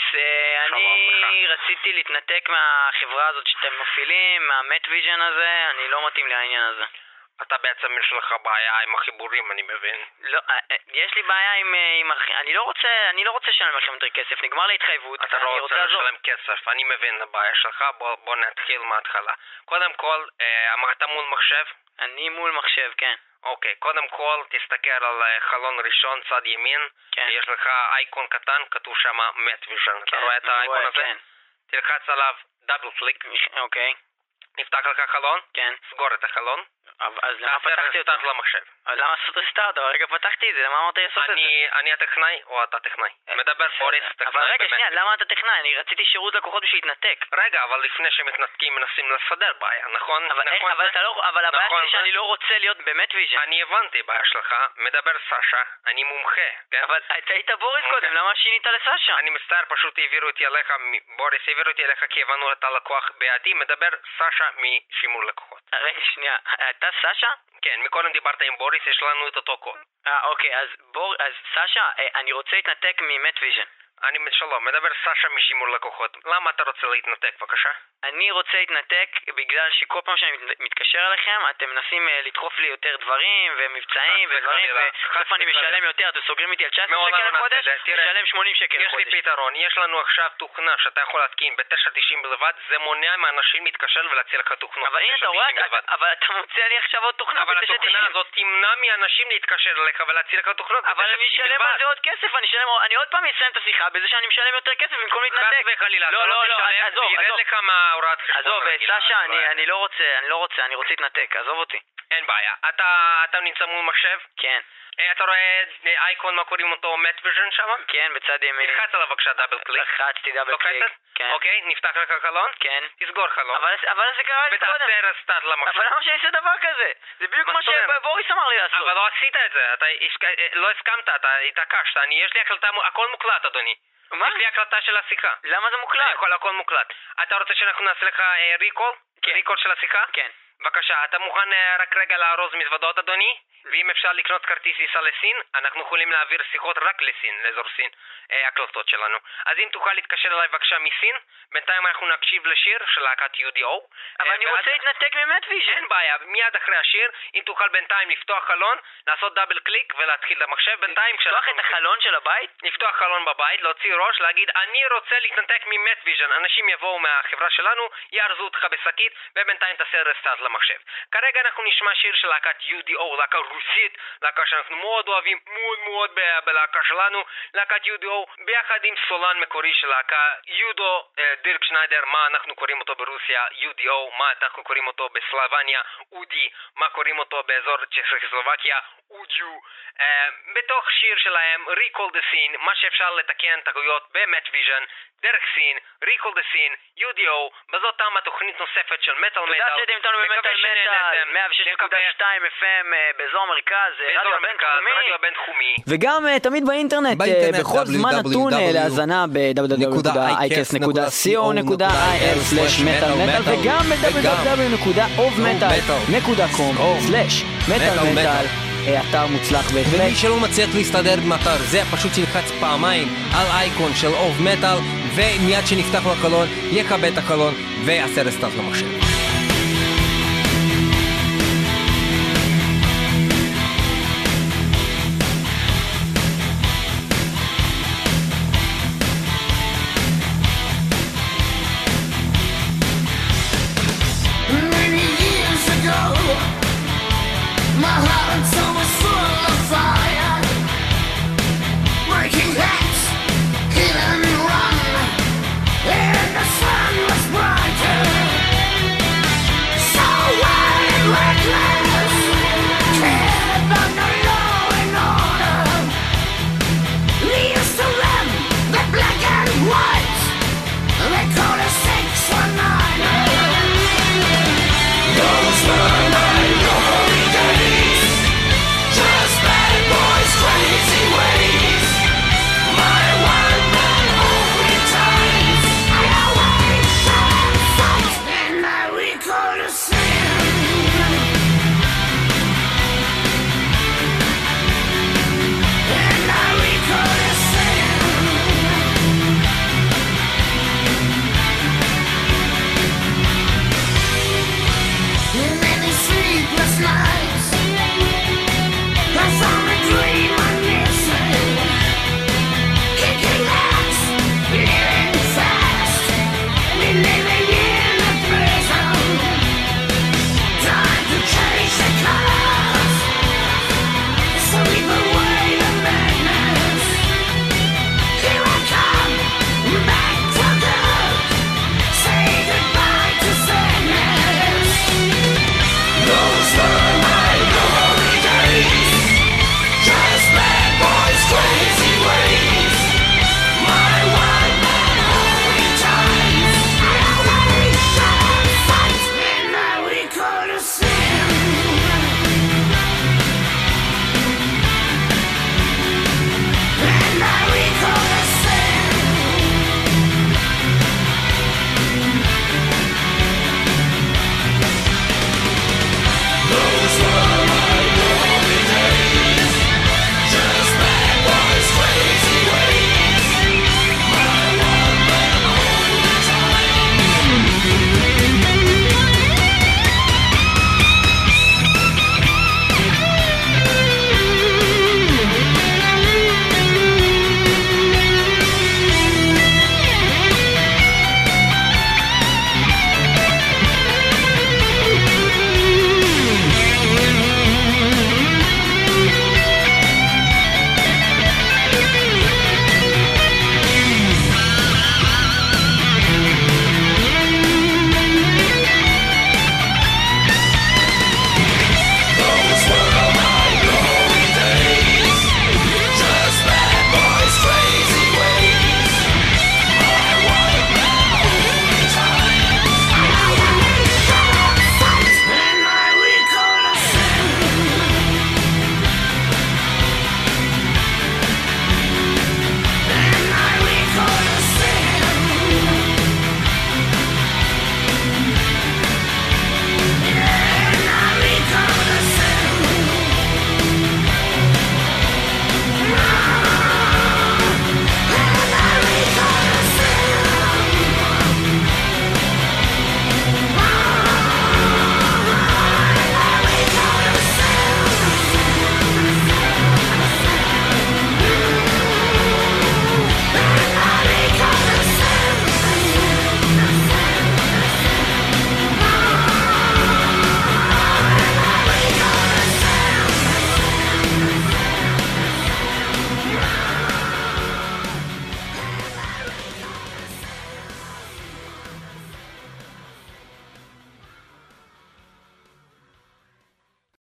אני רציתי להתנתק מהחברה הזאת שאתם מפעילים, מהמט ויז'ן הזה, אני לא מתאים לעניין הזה. אתה בעצם יש לך בעיה עם החיבורים, אני מבין. לא, יש לי בעיה עם, עם אני לא רוצה, אני לא רוצה לשלם לכם יותר כסף, נגמר לי התחייבות. אתה לא רוצה לשלם כסף, אני מבין הבעיה שלך, בוא, בוא נתחיל מההתחלה. קודם כל, אה, אתה מול מחשב? אני מול מחשב, כן. אוקיי, קודם כל תסתכל על חלון ראשון צד ימין, כן. יש לך אייקון קטן, כתוב שם מט ויז'ן, כן, אתה רואה את האייקון רואה, הזה? כן. תלחץ עליו דאבל קליק, אוקיי. נפתח לך חלון, כן. סגור את החלון, אז למה פתחתי אותו? תעשה למחשב. אז למה לעשות ריסטארט? הרגע פתחתי את זה, למה אמרת לעשות את זה? אני הטכנאי או אתה טכנאי? מדבר בוריס טכנאי. אבל רגע, שנייה, למה אתה טכנאי? אני רציתי שירות לקוחות בשביל להתנתק. רגע, אבל לפני שמתנתקים מנסים לסדר בעיה, נכון? אבל אתה לא, אבל הבעיה שלי שאני לא רוצה להיות במט ויז'ן. אני הבנתי בעיה שלך, מדבר סשה, אני מומחה. אבל אתה היית בוריס קודם, למה שינית לסשה? אני מצטער, פשוט העבירו אותי אליך, בוריס העבירו אותי אליך כי הבנו את הלקוח בעדי, מדבר סשה משימור לקוחות. רגע, שנייה, אתה סשה? כן, מקודם דיברת עם בוריס, יש לנו את אותו קוד. אה, אוקיי, אז בור, אז סשה, אני רוצה להתנתק ממט ויז'ן. אני שלום, מדבר סשה משימור לקוחות. למה אתה רוצה להתנתק, בבקשה? אני רוצה להתנתק בגלל שכל פעם שאני מתקשר אליכם, אתם מנסים לדחוף לי יותר דברים ומבצעים ודברים, ובסוף אני משלם יותר, אתם סוגרים איתי על תשע עשרה שקל לחודש, משלם שמונים שקל לחודש. יש לי פתרון, יש לנו עכשיו תוכנה שאתה יכול להתקין ב-תשע תשעים בלבד, זה מונע מאנשים להתקשר ולהציע לך תוכנות. אבל הנה אתה רואה, אבל אתה מוצא לי עכשיו עוד תוכנה ב-תשע תשעים. אבל התוכנה הזאת תמנע מאנשים להתקשר אליך ולהציע לך תוכנות. אבל אני משלם על זה עוד כסף, אני עוד פעם אסיים את השיחה בזה שאני משלם יותר כסף במקום להתנתק. וחלילה, לא, לא, לא, עזוב, ירד לך מההוראת חשבון. עזוב, סשה, אני לא רוצה, אני לא רוצה, אני רוצה להתנתק, עזוב אותי. אין בעיה. אתה נמצא מול מחשב? כן. אתה רואה אייקון, מה קוראים אותו, מט ויז'ן שם? כן, בצד ימין. תלחץ עליו בבקשה דאבל קליק. לחצתי דאבל קליק. אוקיי, נפתח לך חלון? כן. תסגור חלון. אבל זה קרה לי קודם. ותעשה רסטארט למחשב. אבל למה שאני אעשה דבר כזה? זה בדיוק מה שבוריס אמר לי לעשות. אבל לא עשית את זה, אתה לא הסכמת, אתה התעקשת. יש לי הקלטה, הכל מוקלט אדוני. מה? יש לי הקלטה של השיחה. למה זה מוקלט? הכל הכל מוקלט. אתה רוצה שאנחנו נעשה לך ריקול? ריקול של השיחה? כן. בבקשה, אתה מוכן רק רגע לארוז מזוודות אדוני? ואם אפשר לקנות כרטיס טיסה לסין, אנחנו יכולים להעביר שיחות רק לסין, לאזור סין, הקלטות שלנו. אז אם תוכל להתקשר אליי בבקשה מסין, בינתיים אנחנו נקשיב לשיר של להקת יו די או. אבל אני רוצה להתנתק ממט ויז'ן. אין בעיה, מיד אחרי השיר, אם תוכל בינתיים לפתוח חלון, לעשות דאבל קליק ולהתחיל למחשב בינתיים. לפתוח את החלון של הבית? לפתוח חלון בבית, להוציא ראש, להגיד אני רוצה להתנתק ממט ויז'ן. אנשים יבואו מהחברה שלנו, יארזו אותך בשקית, ובינתיים תעשה רסטארט למחשב. כרגע אנחנו נשמע שיר של להקת יו די או, להקה רוסית, להקה שאנחנו מאוד אוהבים, מאוד מאוד ב- בלהקה שלנו, להקת יו די או, ביחד עם סולן מקורי של להקה, יודו, אה, דירק שניידר, מה אנחנו קוראים אותו ברוסיה, יו די או, מה אנחנו קוראים אותו בסלובניה, אודי, מה קוראים אותו באזור צ'כוסלובקיה, אודיו, אה, בתוך שיר שלהם, Recall the Scene, מה שאפשר לתקן טעויות ב-Match Vision, דרך סין, Recall the Scene, יו די או, בזאת תמה תוכנית נוספת של מטל מטל. תודה שאתם איתנו במטל מטל, מאה ושש נקודה שתיים אף אם באזור המרכז, רדיו הבינתחומי. וגם תמיד באינטרנט, בכל זמן נתון להאזנה ב-דאבליו דאבליו דאבליו נקודה איי קס נקודה סי או נקודה איי אל סלש מטל מטל וגם ב-דאבליו דאבליו דאבליו נקודה אוף מטל נקודה קום סלש מטל מטל. אתר מוצלח בהחלט. ומי שלא מצליח להסתדר עם אתר זה פשוט ילחץ פעמיים על אייקון של אוף מטל ומיד שנפתח לו הקלון יכבה את הקלון ויעשה רסטארט למחשב.